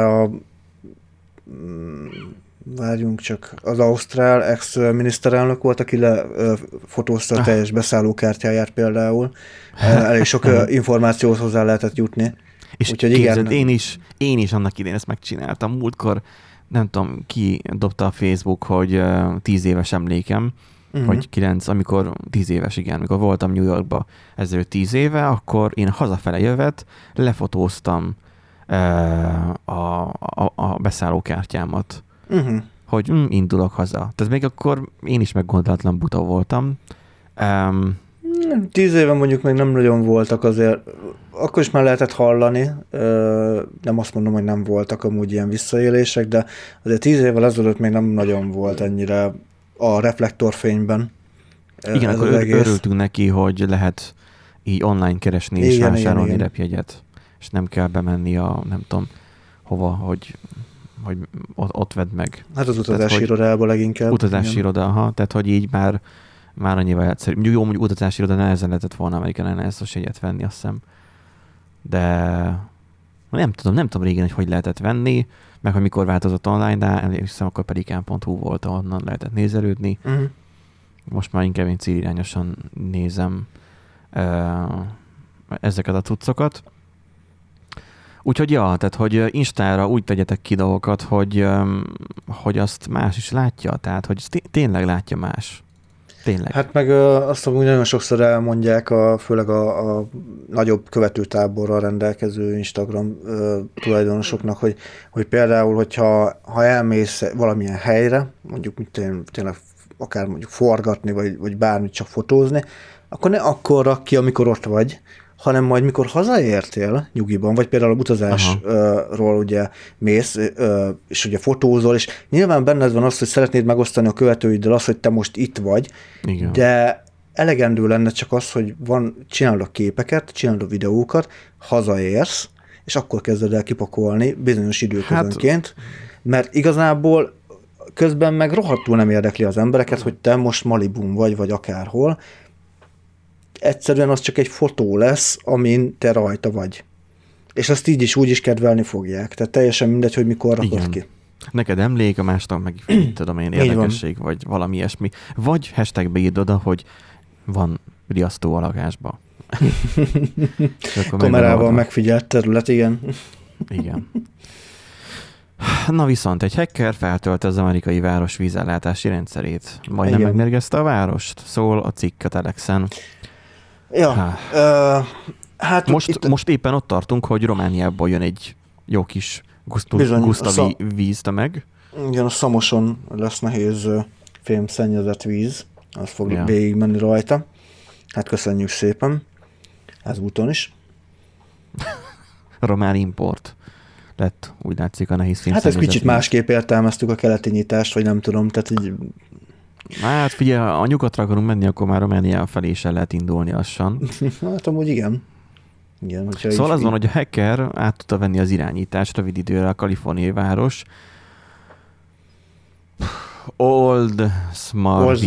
várjunk csak, az ausztrál ex-miniszterelnök volt, aki lefotózta a teljes beszállókártyáját például. Elég sok információhoz hozzá lehetett jutni. És úgyhogy képzeld, igen. Én is annak idén ezt megcsináltam. Múltkor, nem tudom, ki dobta a Facebook, hogy 10 éves emlékem, vagy 9, amikor 10 éves, igen, amikor voltam New Yorkba ezelőtt 10 éve, akkor én hazafele jövet, lefotóztam a beszállókártyámat, hogy indulok haza. Tehát még akkor én is meggondolatlan buta voltam. 10 éve mondjuk még nem nagyon voltak azért, akkor is már lehetett hallani, nem azt mondom, hogy nem voltak amúgy ilyen visszaélések, de azért 10 évvel ezelőtt még nem nagyon volt ennyire a reflektorfényben. Igen, akkor örültünk neki, hogy lehet így online keresni és vásárolni repjegyet, és nem kell bemenni a nem tudom hova, hogy ott vedd meg. Hát az utazási irodába leginkább. Utazási iroda, aha, tehát hogy így már annyival egyszerű. Jó, mondjuk utazási iroda nehezen lehetett volna Amerikán Airlines-os jegyet venni, azt hiszem. De nem tudom régen, hogy lehetett venni, meg hogy mikor változott online, de emlékszem, akkor pelikán.hu volt, ahonnan lehetett nézelődni. Most már inkább én célirányosan nézem ezeket a cuccokat. Úgyhogy tehát, hogy Instára úgy tegyetek ki dolgokat, hogy azt más is látja, tehát, hogy tényleg látja más. Tényleg. Hát meg azt mondom, hogy nagyon sokszor elmondják, főleg a nagyobb követőtáborral rendelkező Instagram tulajdonosoknak, hogy például, hogyha elmész valamilyen helyre, mondjuk tényleg akár mondjuk forgatni, vagy bármit csak fotózni, akkor ne akkor rak ki, amikor ott vagy, hanem majd mikor hazaértél nyugiban, vagy például a utazásról ugye mész, és ugye fotózol, és nyilván benned van az, hogy szeretnéd megosztani a követőiddel azt, hogy te most itt vagy, igen. De elegendő lenne csak az, hogy csinálod a képeket, csinálod a videókat, hazaérsz, és akkor kezded el kipakolni bizonyos időközönként, mert igazából közben meg rohadtul nem érdekli az embereket, hogy te most Malibun vagy akárhol. Egyszerűen az csak egy fotó lesz, amin te rajta vagy. És azt így is úgy is kedvelni fogják. Tehát teljesen mindegy, hogy mikor rakod ki. Neked emlék, a másnak meg tudom én érdekesség, vagy valami ilyesmi. Vagy hashtagbe írd oda, hogy van riasztó a lakásba. Kamerával megfigyelt terület, igen. Igen. Na viszont egy hacker feltölte az amerikai város vízellátási rendszerét. Majdnem megmérgezte a várost. Szól a cikk a Telexen. Ja. Hát most éppen ott tartunk, hogy Romániából jön egy jó kis gusztavi víztömeg. Igen, a Szamoson lesz nehéz fémszennyezett víz. Az fog végigmenni rajta. Hát köszönjük szépen. ezúton is. Román import lett, úgy látszik a nehéz film. Hát ez kicsit másképp értelmeztük a keleti nyitást, vagy nem tudom, tehát így... Hát figyelj, a nyugatra akarunk menni, akkor már Románia felé is el lehet indulni lassan. Hát amúgy igen. Igen, szóval az van, hogy a hacker át tudta venni az irányítást rövid időre a kaliforniai város. Oldsmar.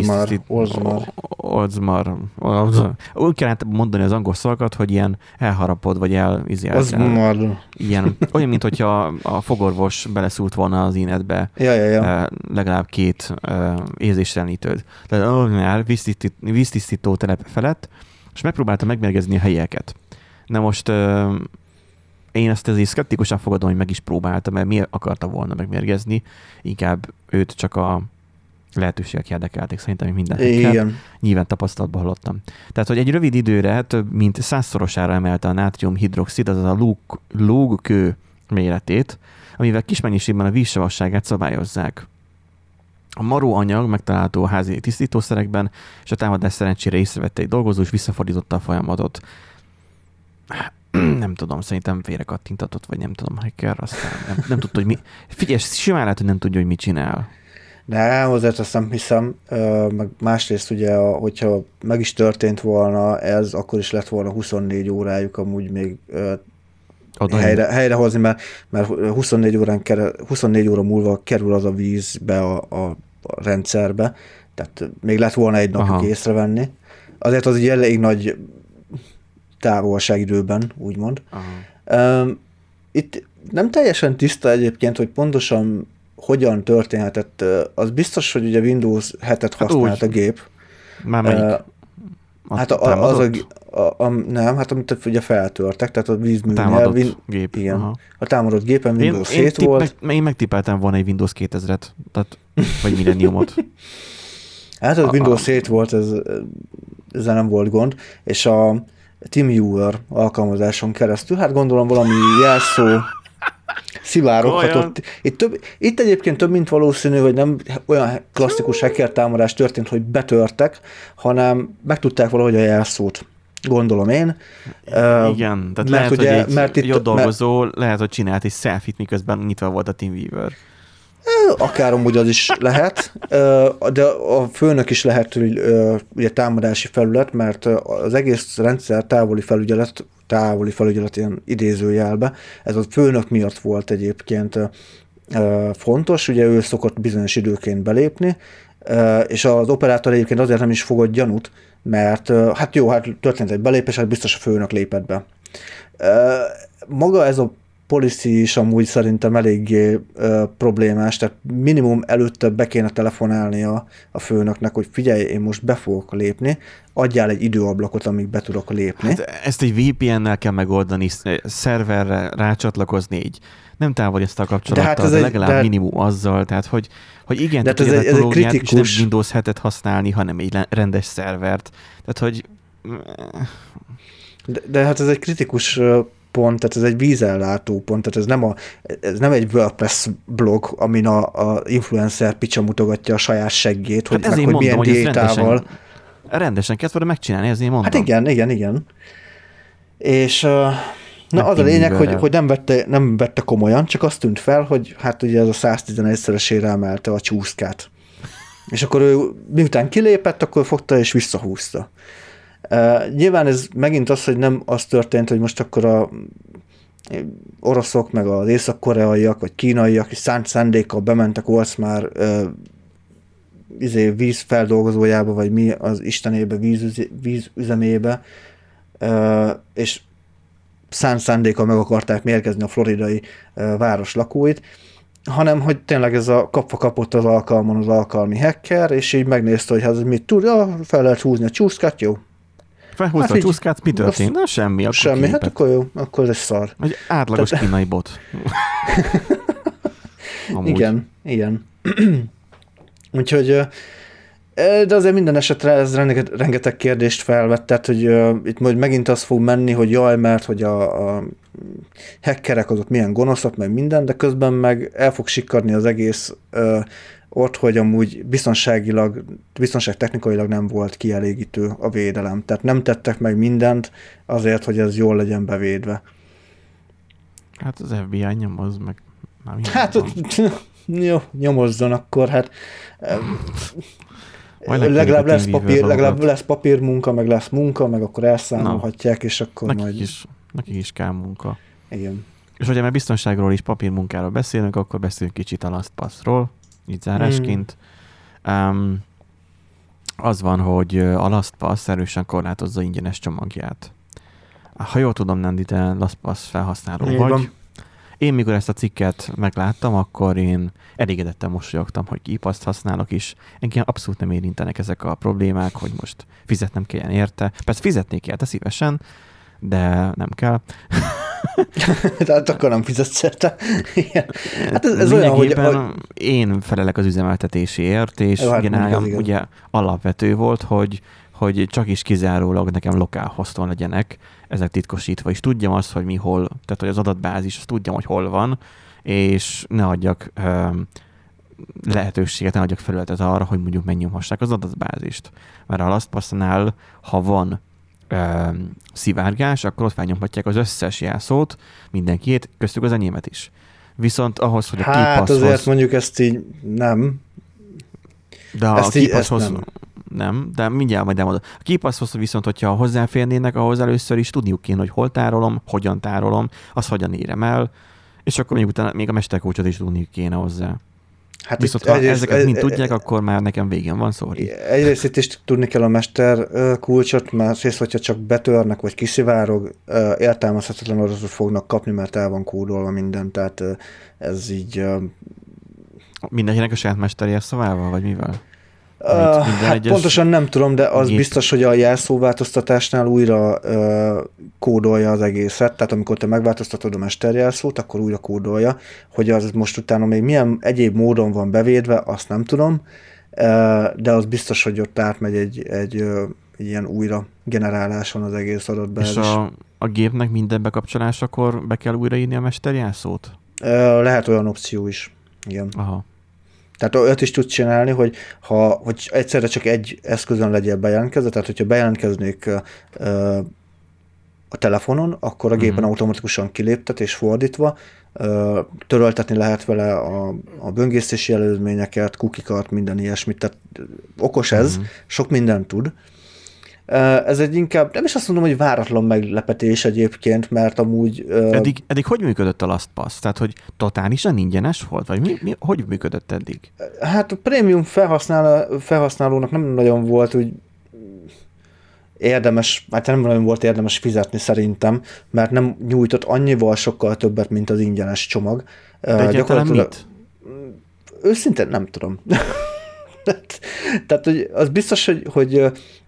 Úgy kell mondani az angol szavakat, hogy ilyen elharapod, vagy ilyen, olyan, mint hogyha a fogorvos beleszúrt volna az inetbe legalább 2 érzéstelenítőt. Tehát víztisztító telep felett, és megpróbálta megmérgezni a helyeket. Na most én ezt azért szkeptikusan fogadom, hogy meg is próbálta, mert miért akarta volna megmérgezni, inkább őt csak a lehetőségek érdekelték, szerintem minden. Nyilván tapasztalatban hallottam. Tehát, hogy egy rövid időre több mint 100-szorosára emelte a nátrium-hidroxid, azaz a lógkő méretét, amivel kis mennyiségben a vízsavasságát szabályozzák. A maró anyag megtalálható a házi tisztítószerekben, és a támadás szerencsére észrevette egy dolgozó, és visszafordította a folyamatot. Nem tudom, szerintem félrekattintatott, vagy nem tudom, hacker, aztán nem tudta, hogy mi... Figyelj, simán lehet, hogy nem tudja, hogy mit csinál. De hozzáteszem, hiszem, meg másrészt ugye, hogyha meg is történt volna ez, akkor is lett volna 24 órájuk amúgy még helyrehozni, mert 24 óra múlva kerül az a vízbe a rendszerbe, tehát még lett volna egy napjuk észrevenni. Azért az egy elég nagy távolságidőben, úgymond. Itt nem teljesen tiszta egyébként, hogy pontosan hogyan történhetett. Az biztos, hogy ugye Windows 7-et használt a gép. Már melyik? Hát nem, hát amit ugye feltörtek, tehát a vízműnél. Támadott gép. Igen. Aha. A támadott gépen Windows 7 volt. Én megtippeltem volna egy Windows 2000-et, tehát, vagy Millenniumot. Hát az Windows 7 volt, ezzel nem volt gond, és a TeamViewer alkalmazáson keresztül, hát gondolom valami jelszó szivároghatott. Itt egyébként több, mint valószínű, hogy nem olyan klasszikus hacker támadás történt, hogy betörtek, hanem megtudták valahogy a jelszót. Gondolom én. Igen, tehát lehet, ugye, hogy egy jó dolgozó lehet, hogy csinált egy selfie-t, miközben nyitva volt a TeamViewer. Akár amúgy az is lehet, de a főnök is lehet ugye támadási felület, mert az egész rendszer távoli felügyelet ilyen idézőjelbe, ez a főnök miatt volt egyébként fontos, ugye ő szokott bizonyos időként belépni, és az operátor egyébként azért nem is fogott gyanút, mert hát történt egy belépés, hát biztos a főnök lépett be. Maga ez a policy is amúgy szerintem eléggé problémás, tehát minimum előtte be kéne telefonálni a főnöknek, hogy figyelj, én most be fogok lépni, adjál egy időablakot, amíg be tudok lépni. Hát ezt egy VPN-nel kell megoldani, szerverre rácsatlakozni így. Nem távol ezt a kapcsolattal, de legalább minimum azzal, tehát hogy igen, de ez egy kritikus... és nem Windows 7-et használni, hanem egy rendes szervert. Tehát, hogy... De hát ez egy kritikus pont, tehát ez egy vízellátó pont, tehát ez nem egy WordPress blog, amin a influencer picsa mutogatja a saját seggét, hát hogy milyen diétával. Rendesen kezd volna megcsinálni, ezért mondom. Hát igen. És az a lényeg, hogy nem vette komolyan, csak azt tűnt fel, hogy hát ugye ez a 111-szeresére emelte a csúszkát. És akkor ő miután kilépett, akkor fogta és visszahúzta. Nyilván ez megint az, hogy nem az történt, hogy most akkor a oroszok, meg az észak-koreaiak, vagy kínaiak is szánt szándékkal bementek Oldsmar vízfeldolgozójába, vagy mi az istenébe, vízüzemébe, és szánt szándékkal meg akarták mérgezni a floridai város lakóit, hanem hogy tényleg ez a kapva kapott az alkalmon az alkalmi hacker, és így megnézte, hogy ez mit tud, fel lehet húzni a csúszkát, jó. Felhúzta a csúszkát, mi történt? Na semmi. Akkor semmi, kilépett. Hát akkor jó, akkor ez szar. Egy átlagos kínai bot. Igen. Úgyhogy, de azért minden esetre ez rengeteg kérdést felvett, tehát hogy itt majd megint az fog menni, hogy jaj, mert hogy a hackerek azok milyen gonoszak, meg minden, de közben meg el fog sikkadni az egész ott, hogy amúgy biztonságtechnikailag nem volt kielégítő a védelem. Tehát nem tettek meg mindent azért, hogy ez jól legyen bevédve. Hát az FBI nyomoz meg. Hát jó, nyomozzon akkor, hát legalább lesz papírmunka, meg lesz munka, meg akkor elszámolhatják, és akkor nekik is kell munka. Igen. És hogyha már biztonságról és papírmunkáról beszélünk, akkor beszélünk kicsit a LastPass-ról, így zárásként. Az van, hogy a LastPass erősen korlátozza ingyenes csomagját. Ha jól tudom, Nandi, te LastPass felhasználó vagy. Én mikor ezt a cikket megláttam, akkor én elégedetten mosolyogtam, hogy KeePass-t használok is. Engem abszolút nem érintenek ezek a problémák, hogy most fizetnem kelljen érte. Persze fizetnék érte szívesen, de nem kell. Tehát akkor nem fizetsz érte. Hát ez olyan, hogy én felelek az üzemeltetéséért, és jó, hát ugye alapvető volt, hogy csak is kizárólag nekem lokál hoston legyenek, ezek titkosítva, és tudjam azt, hogy mi hol, tehát hogy az adatbázis, azt tudjam, hogy hol van, és ne adjak lehetőséget, ne adjak felületet arra, hogy mondjuk megnyomhassák az adatbázist. Mert a LastPass-nál, ha van szivárgás, akkor ott felnyomhatják az összes jelszót, mindenkiét, köztük az enyémet is. Viszont ahhoz, hogy a KeePasshoz... Hát azért mondjuk ezt így nem. De a KeePasshoz nem, de mindjárt majd elmondom. A KeePasshoz viszont, hogyha hozzáférnének, ahhoz először is tudniuk kéne, hogy hol tárolom, hogyan tárolom, azt hogyan érem el, és akkor még utána még a mesterkulcsot is tudniuk kéne hozzá. Hát viszont ha ezeket mind tudják, akkor már nekem végén van, sorry. Egyrészt itt is tudni kell a mesterkulcsot, másrészt, hogyha csak betörnek, vagy kiszivárog, értelmezhetetlen adatot fognak kapni, mert el van kódolva minden, tehát ez így... Mindenkinek a saját mesterjelszavával, vagy mivel? Hát pontosan nem tudom, de az biztos, hogy a jelszóváltoztatásnál újra kódolja az egészet, tehát amikor te megváltoztatod a mesterjelszót, akkor újra kódolja, hogy az most utána még milyen egyéb módon van bevédve, azt nem tudom, de az biztos, hogy ott átmegy egy ilyen újra generáláson az egész adatbázis. És a gépnek minden bekapcsolásakor be kell újraírni a mesterjelszót? Lehet olyan opció is, igen. Aha. Tehát olyat is tudsz csinálni, hogy egyszerre csak egy eszközön legyél bejelentkezve, tehát hogyha bejelentkeznék a telefonon, akkor a gépen automatikusan kiléptet, és fordítva töröltetni lehet vele a böngészési előzményeket, kukikat, minden ilyesmit, tehát okos ez, sok mindent tud. Ez egy inkább, nem is azt mondom, hogy váratlan meglepetés egyébként, mert amúgy... Eddig hogy működött a LastPass? Tehát, hogy totálisan ingyenes volt? Vagy hogy működött eddig? Hát a prémium felhasználónak nem nagyon volt úgy érdemes, hát nem nagyon volt érdemes fizetni szerintem, mert nem nyújtott annyival sokkal többet, mint az ingyenes csomag. De egyáltalán mit? Őszintén nem tudom. Tehát, hogy az biztos, hogy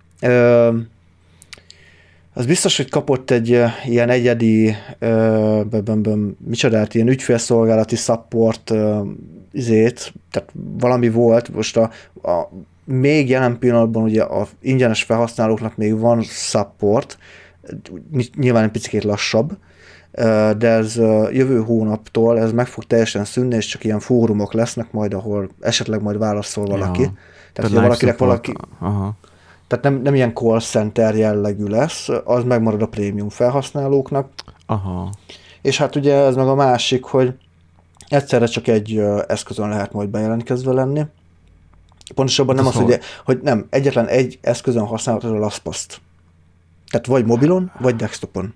az biztos, hogy kapott egy ilyen egyedi micsodát, ilyen ügyfélszolgálati support tehát valami volt. Most a még jelen pillanatban ugye a ingyenes felhasználóknak még van support, nyilván egy picit lassabb, de ez jövő hónaptól ez meg fog teljesen szűnni, és csak ilyen fórumok lesznek majd, ahol esetleg majd válaszol valaki. Ja. Tehát, hogy valakinek valaki... Aha. Tehát nem ilyen call center jellegű lesz, az megmarad a prémium felhasználóknak. Aha. És hát ugye ez meg a másik, hogy egyszerre csak egy eszközön lehet majd bejelentkezve lenni. Pontosabban nem az, hogy nem, egyetlen egy eszközön használhatod a LastPass-t. Tehát vagy mobilon, vagy desktopon.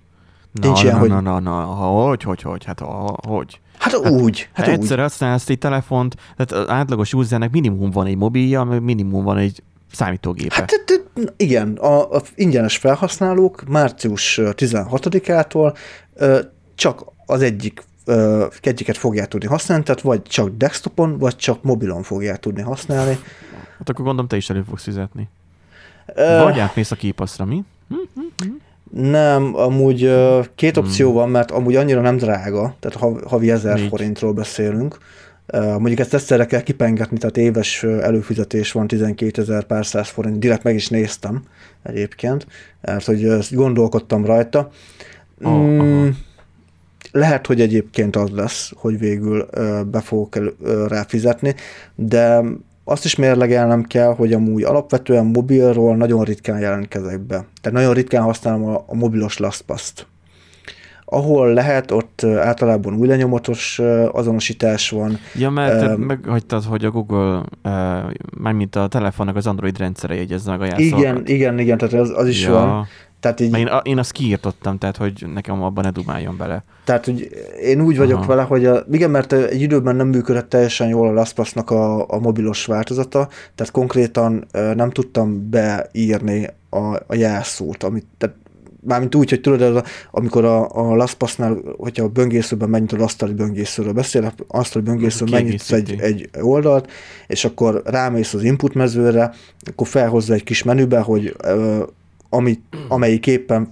Hogy? Hát úgy. Hát egyszer használsz egy telefont, tehát az átlagos usernek minimum van egy mobilja, meg minimum van egy számítógépe. Hát igen, a ingyenes felhasználók március 16-ától csak az egyiket fogják tudni használni, tehát vagy csak desktopon, vagy csak mobilon fogják tudni használni. Hát akkor gondolom, te is elő fogsz fizetni. Vagy átmész a KeePass-ra, mi? Nem, amúgy két opció van, mert amúgy annyira nem drága, tehát havi 1000 forintról beszélünk. Mondjuk ezt egyszerre kell kipengetni, tehát éves előfizetés van 12 000 pár száz forint, direkt meg is néztem egyébként, mert hogy gondolkodtam rajta. lehet, hogy egyébként az lesz, hogy végül be fogok rá fizetni, de azt is mérlegelnem kell, hogy amúgy alapvetően mobilról nagyon ritkán jelentkezek be. Tehát nagyon ritkán használom a mobilos LastPass-t. Ahol lehet, ott általában új lenyomatos azonosítás van. Ja, mert te meghagytad, hogy a Google, mármint a telefonnak az Android rendszere jegyezze meg a jelszavakat. Igen, tehát az is van. Tehát így, én azt kiírtottam, tehát hogy nekem abban ne dumáljon bele. Tehát hogy én úgy vagyok vele, hogy igen, mert egy időben nem működött teljesen jól a LastPass-nak a mobilos változata, tehát konkrétan nem tudtam beírni a jelszót, amit, tehát mármint úgy, hogy tudod, amikor a LastPass-nál, hogyha a böngészőben megnyit az asztali böngészőről beszélek, asztali böngészőről megnyitsz egy oldalt, és akkor rámész az input mezőre, akkor felhozza egy kis menübe, hogy amelyik éppen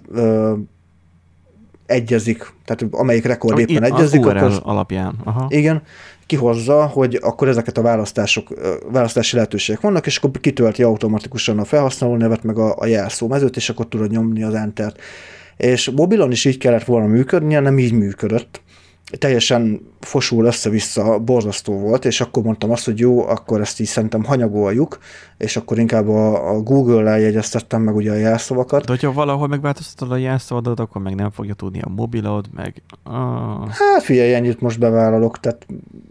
egyezik, tehát amelyik rekord éppen egyezik. Az URL alapján. Aha. Igen, kihozza, hogy akkor ezeket a választási lehetőségek vannak, és akkor kitölti automatikusan a felhasználó nevet, meg a jelszó mezőt, és akkor tudod nyomni az Enter-t. És mobilon is így kellett volna működnie, nem így működött. Teljesen fosul össze-vissza, borzasztó volt, és akkor mondtam azt, hogy jó, akkor ezt így szerintem hanyagoljuk, és akkor inkább a Google-lel jegyeztettem meg ugye a jelszavakat. De hogyha valahol megváltoztatod a jelszavadat, akkor meg nem fogja tudni a mobilod, meg... Hát figyelj, ennyit most bevállalok, tehát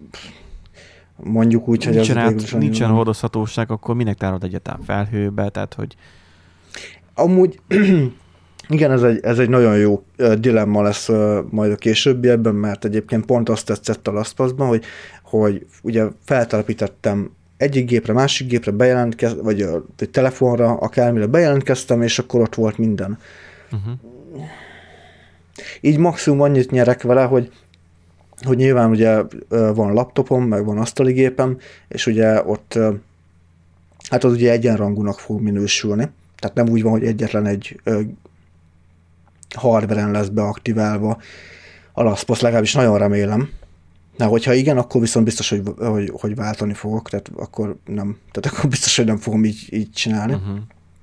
mondjuk úgy, hogy nincsen hordozhatóság, akkor minek tárod egyáltalán felhőbe, tehát hogy... Amúgy... Igen, ez egy nagyon jó dilemma lesz majd a későbbiekben, mert egyébként pont azt tetszett a LastPass-ban, hogy ugye feltelepítettem egyik gépre, másik gépre bejelentkeztem, vagy egy telefonra, akármire bejelentkeztem, és akkor ott volt minden. Uh-huh. Így maximum annyit nyerek vele, hogy nyilván ugye van laptopom, meg van asztali gépem, és ugye ott hát az ugye egyenrangúnak fog minősülni. Tehát nem úgy van, hogy egyetlen egy hardveren lesz beaktiválva a LastPass, legalábbis nagyon remélem. Na, hogyha igen, akkor viszont biztos, hogy váltani fogok, tehát akkor nem, tehát akkor biztos, hogy nem fogom így csinálni. Uh-huh.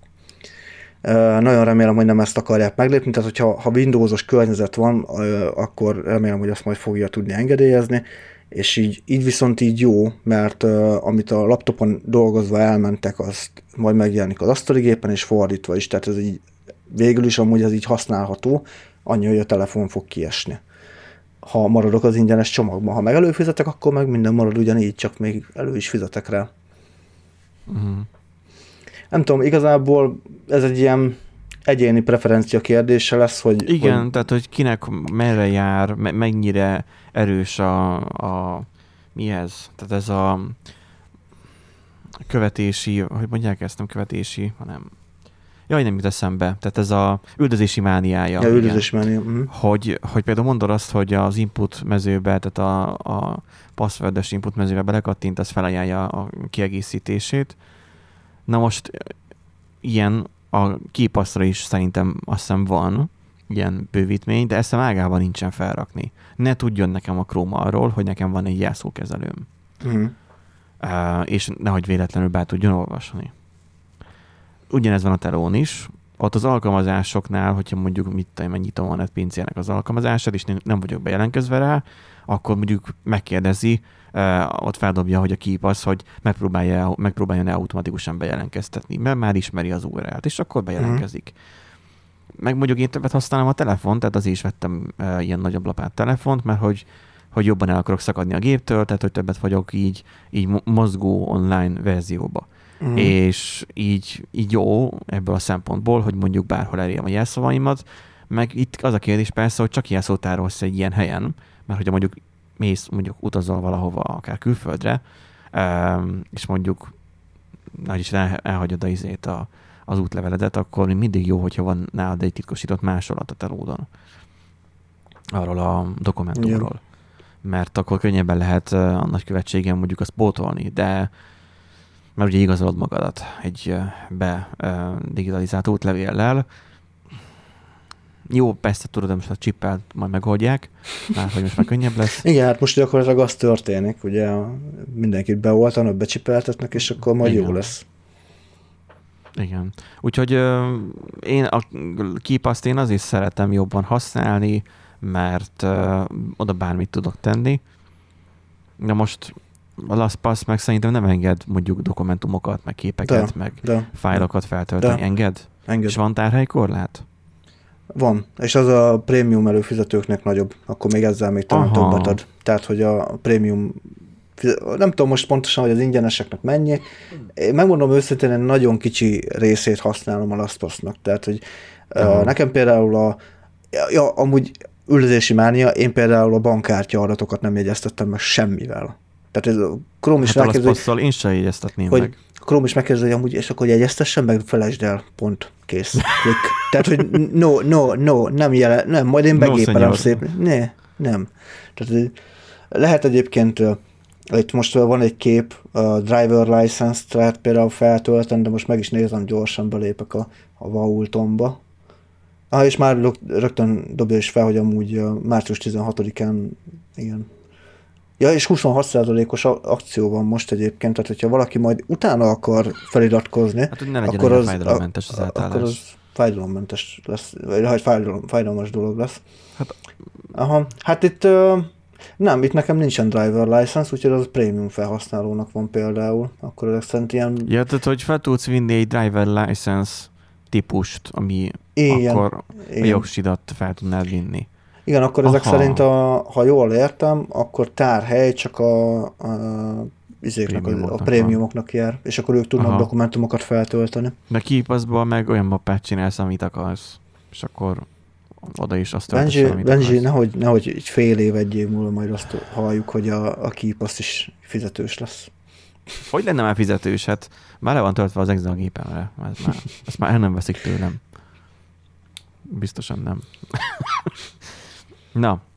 Nagyon remélem, hogy nem ezt akarják meglépni, tehát hogyha Windowsos környezet van, akkor remélem, hogy azt majd fogja tudni engedélyezni, és így viszont így jó, mert amit a laptopon dolgozva elmentek, azt majd megjelenik az asztali gépen, és fordítva is, tehát ez így végül is amúgy ez így használható, annyi, hogy a telefon fog kiesni. Ha maradok az ingyenes csomagban. Ha meg előfizetek, akkor meg minden marad ugyanígy, csak még elő is fizetek rá. Uh-huh. Nem tudom, igazából ez egy ilyen egyéni preferencia kérdése lesz, hogy... Igen, tehát hogy kinek merre jár, mennyire erős a mi ez? Tehát ez a követési, hogy mondják ezt, nem követési, hanem... Jaj, nem jut eszembe. Tehát ez a üldözési mániája. Ja, üldözési mánia. Uh-huh. Hogy például mondod azt, hogy az input mezőbe, tehát a passwordes input mezőbe belekattint, az felajánlja a kiegészítését. Na most ilyen a KeePassra is szerintem azt hiszem van ilyen bővítmény, de ezt a mágában nincsen felrakni. Ne tudjon nekem a Chrome arról, hogy nekem van egy jelszókezelőm. Uh-huh. És nehogy véletlenül be tudjon olvasni. Ugyanez van a telón is. Ott az alkalmazásoknál, hogyha mondjuk nyitom a netpincérnek az alkalmazását, és nem vagyok bejelentkezve rá, akkor mondjuk megkérdezi, ott feldobja, hogy a KeePass, hogy megpróbálja automatikusan bejelentkeztetni, mert már ismeri az URL-t, és akkor bejelentkezik. Meg mondjuk én többet használom a telefont, tehát azért is vettem ilyen nagyobb lapát telefont, mert hogy jobban el akarok szakadni a géptől, tehát hogy többet vagyok így mozgó online verzióba. És így jó ebből a szempontból, hogy mondjuk bárhol elérjem a jelszavaimat, meg itt az a kérdés persze, hogy csak jelszót tárolsz egy ilyen helyen, mert hogyha mondjuk utazol valahova, akár külföldre, és mondjuk is elhagyod az útleveledet, akkor mindig jó, hogyha van nálad egy titkosított másolat a telódon arról a dokumentumról. Igen. Mert akkor könnyebben lehet a nagykövetségen mondjuk azt pótolni, de mert ugye igazolod magadat egy digitalizált útlevéllel. Jó, persze tudom, most a csippel majd megoldják, már hogy most már könnyebb lesz. Igen, hát most gyakorlatilag az történik, ugye mindenkit beoltanak, becsipeltetnek, és akkor majd jó lesz. Igen. Úgyhogy én a KeePass-t én azért szeretem jobban használni, mert oda bármit tudok tenni. De most a LastPass meg szerintem nem enged mondjuk dokumentumokat, meg képeket, meg fájlokat feltölteni. Enged? És van tárhelykorlát? Van, és az a prémium előfizetőknek nagyobb, akkor még ezzel még talán többet ad. Tehát, hogy a prémium, nem tudom most pontosan, hogy az ingyeneseknek mennyi. Én megmondom őszintén, én nagyon kicsi részét használom a LastPass-nak. Tehát, hogy nekem például amúgy üldözési mánia, én például a bankkártya adatokat nem jegyeztettem meg semmivel. Tehát ez a Chrome is rákérdezi, én sem jegyeztetném meg. Chrome is megkérdezi, hogy amúgy, és akkor jegyeztessen meg, felejtsd el, pont, kész. Klik. Tehát, hogy no, nem, majd én begépelem szépen. Nem. Tehát lehet egyébként, itt most van egy kép, a driver license-t például feltölteni, de most meg is nézem, gyorsan belépek a Vaultomba. És már rögtön dobja is fel, hogy amúgy március 16-án, igen. Ja, és 26%-os akció van most egyébként, tehát hogyha valaki majd utána akar feliratkozni, hát, hogy ne legyen akkor az fájdalommentes az átállás. Akkor az fájdalommentes lesz, vagy fájdalmas dolog lesz. Hát itt nem, itt nekem nincsen driver license, úgyhogy az premium felhasználónak van például. Akkor ezek szerint ilyen... Ja, tehát hogy fel tudsz vinni egy driver license típust, ami akkor a jogsidat fel tudnád vinni. Igen, akkor ezek szerint, ha jól értem, akkor tárhely csak a prémiumoknak jár, és akkor ők tudnak dokumentumokat feltölteni. De KeePassban meg olyan mappát csinálsz, amit akarsz, és akkor oda is azt töltesz, amit Benji, nehogy egy fél egy év múlva majd azt halljuk, hogy a KeePass is fizetős lesz. Hogy lenne már fizetős? Hát már le van töltve az Excel gépemre. Ezt már el nem veszik tőlem. Biztosan nem. Na.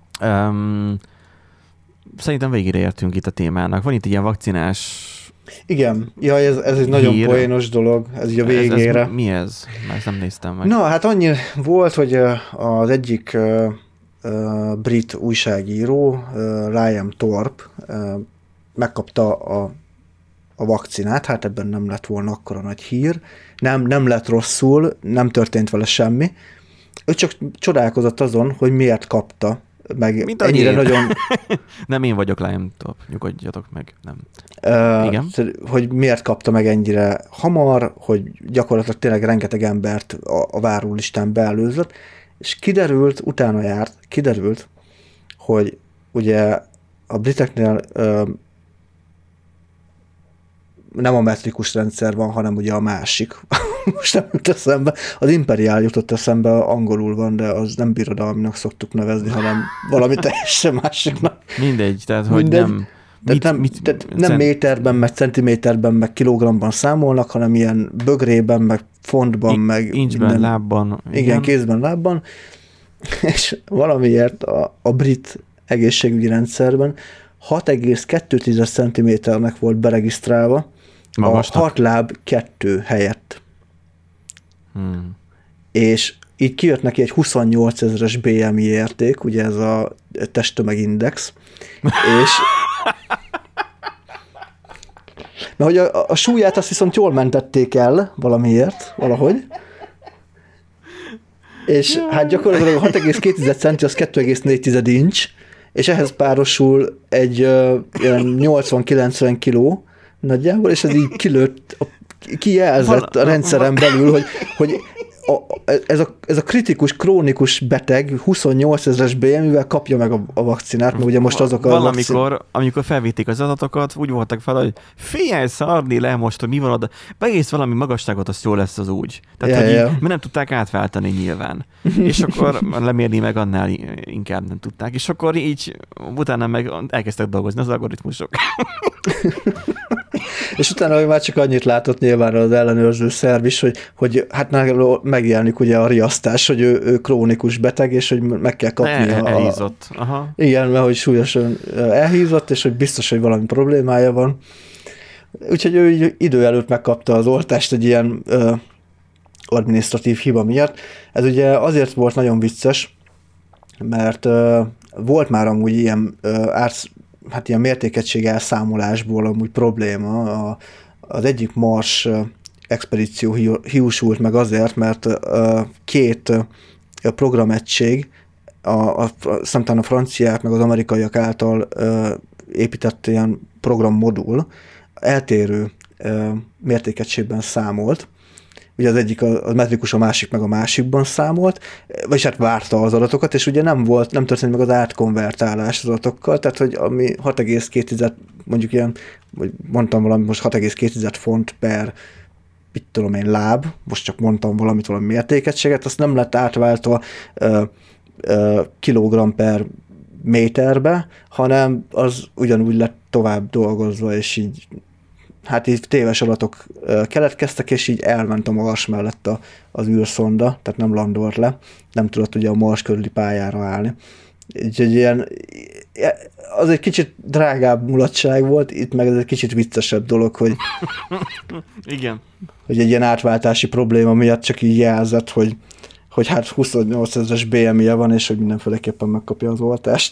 Szerintem végére értünk itt a témának. Van itt ilyen vakcinás... Igen. Ja, ez egy nagyon poénos dolog. Ez így a végére. Mi ez? Már ezt nem néztem meg. Na, hát annyi volt, hogy az egyik brit újságíró, Liam Thorpe, megkapta a vakcinát, hát ebben nem lett volna akkora nagy hír. Nem lett rosszul, nem történt vele semmi. Ő csak csodálkozott azon, hogy miért kapta meg mint ennyire nagyon... Nem én vagyok Liam Thorpe, nyugodjatok meg. Nem. Igen. Hogy miért kapta meg ennyire hamar, hogy gyakorlatilag tényleg rengeteg embert a várólistán beelőzött, és kiderült, hogy ugye a briteknél nem a metrikus rendszer van, hanem ugye a másik. Most nem jut eszembe. Az imperiál jutott eszembe, angolul van, de az nem birodalminak szoktuk nevezni, hanem valami teljesen másiknak. Mindegy, tehát hogy nem... Nem méterben, meg centiméterben, meg kilogramban számolnak, hanem ilyen bögrében, meg fontban, meg... Incsben, lábban. Igen, kézben, lábban. És valamiért a brit egészségügyi rendszerben 6,2 centiméternek volt beregisztrálva, magasnak. A 6 láb 2 helyett. És így kijött neki egy 28 000-es BMI érték, ugye ez a testtömegindex, és mert hogy a súlyát azt viszont jól mentették el valamiért, valahogy, és hát gyakorlatilag a 6,2 centi az 2,4 inch, és ehhez párosul egy 80-90 kiló nagyjából, és ez így kijelzett a rendszeren belül, hogy ez a kritikus, krónikus beteg 28 000-es BMI-vel kapja meg a vakcinát, mert ugye most azok a valamikor, amikor felvitték az adatokat, úgy voltak fel, hogy figyelj szarni le most, hogy mi van oda, beész valami magasságot, az jó lesz az úgy. Tehát, mert nem tudták átváltani nyilván. És akkor lemérni meg annál inkább nem tudták. És akkor így utána meg elkezdtek dolgozni az algoritmusok. És utána már csak annyit látott nyilván az ellenőrző szerv is, hogy hát megjelenik ugye a riasztás, hogy ő krónikus beteg, és hogy meg kell kapni elhízott. Aha. Igen, mert hogy súlyosan elhízott, és hogy biztos, hogy valami problémája van. Úgyhogy ő idő előtt megkapta az oltást egy ilyen adminisztratív hiba miatt. Ez ugye azért volt nagyon vicces, mert volt már amúgy ilyen ilyen mértékegység elszámolásból amúgy probléma. Az egyik Mars expedíció hiúsult meg azért, mert két programegység szemtelen a franciák meg az amerikaiak által épített ilyen programmodul eltérő mértékegységben számolt. Ugye az egyik a metrikus, a másik meg a másikban számolt, vagyis hát várta az adatokat, és ugye nem történt meg az átkonvertálás az adatokkal, tehát hogy ami 6,2, mondjuk ilyen, vagy mondtam valami, most 6,2 font per, mit tudom én, láb, most csak mondtam valami mértékegységet, azt nem lett átváltva kilogramm per méterbe, hanem az ugyanúgy lett tovább dolgozva, és így hát így téves adatok keletkeztek, és így elment a Mars mellett az űrszonda, tehát nem landolt le, nem tudott ugye a Mars körüli pályára állni. Úgyhogy ilyen, az egy kicsit drágább mulatság volt, itt meg ez egy kicsit viccesebb dolog, hogy igen. Hogy egy ilyen átváltási probléma miatt csak így jelzett, hogy hát 28 000-es BMI-je van, és hogy mindenféleképpen megkapja az oltást.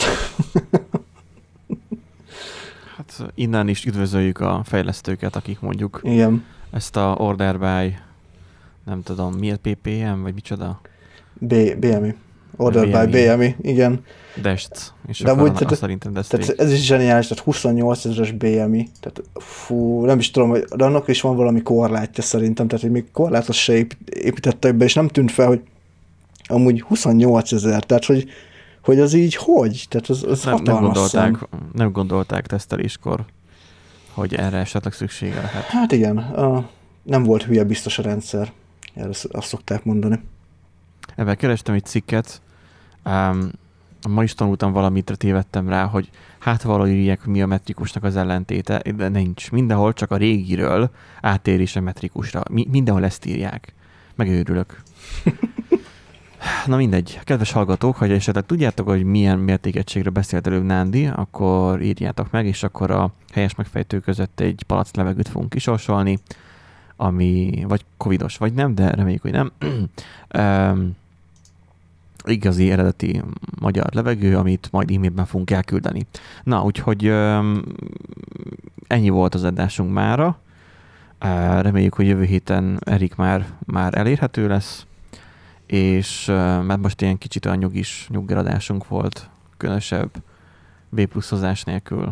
Hát innen is üdvözöljük a fejlesztőket, akik mondjuk igen. Ezt a order by, nem tudom, miért PPM, vagy micsoda? BMI. Order by BMI, igen. Dest. És de akkor úgy, szerintem tehát ez is zseniális, tehát 28 000-es BMI, tehát fú, nem is tudom, de annak is van valami korlátja szerintem, tehát még korlátot se építettek be, és nem tűnt fel, hogy amúgy 28 000, tehát hogy az így hogy? Tehát az nem gondolták teszteléskor, hogy erre esetleg szüksége lehet. Hát igen, nem volt hülye biztos a rendszer, erre azt szokták mondani. Ebben kerestem egy cikket, ma is tanultam valamit, tévedtem rá, hogy hát valahogy írják, hogy mi a metrikusnak az ellentéte, de nincs. Mindenhol csak a régiről áttérés a metrikusra. Mindenhol ezt írják. Megőrülök. Na mindegy. Kedves hallgatók, ha esetleg tudjátok, hogy milyen mértékegységről beszélt előbb Nándi, akkor írjátok meg, és akkor a helyes megfejtő között egy palack levegőt fogunk kisorsolni, ami vagy covidos, vagy nem, de reméljük, hogy nem. Igazi, eredeti magyar levegő, amit majd e-mailben fogunk elküldeni. Na, úgyhogy ennyi volt az adásunk mára. Reméljük, hogy jövő héten Erik már elérhető lesz, és mert most ilyen kicsit olyan nyuggeradásunk volt, különösebb B+-ozás nélkül.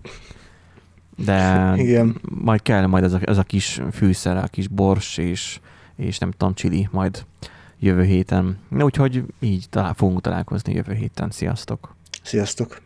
De igen. majd kell majd ez a kis fűszer, a kis bors és nem tudom, chili majd jövő héten. Úgyhogy így fogunk találkozni jövő héten. Sziasztok! Sziasztok!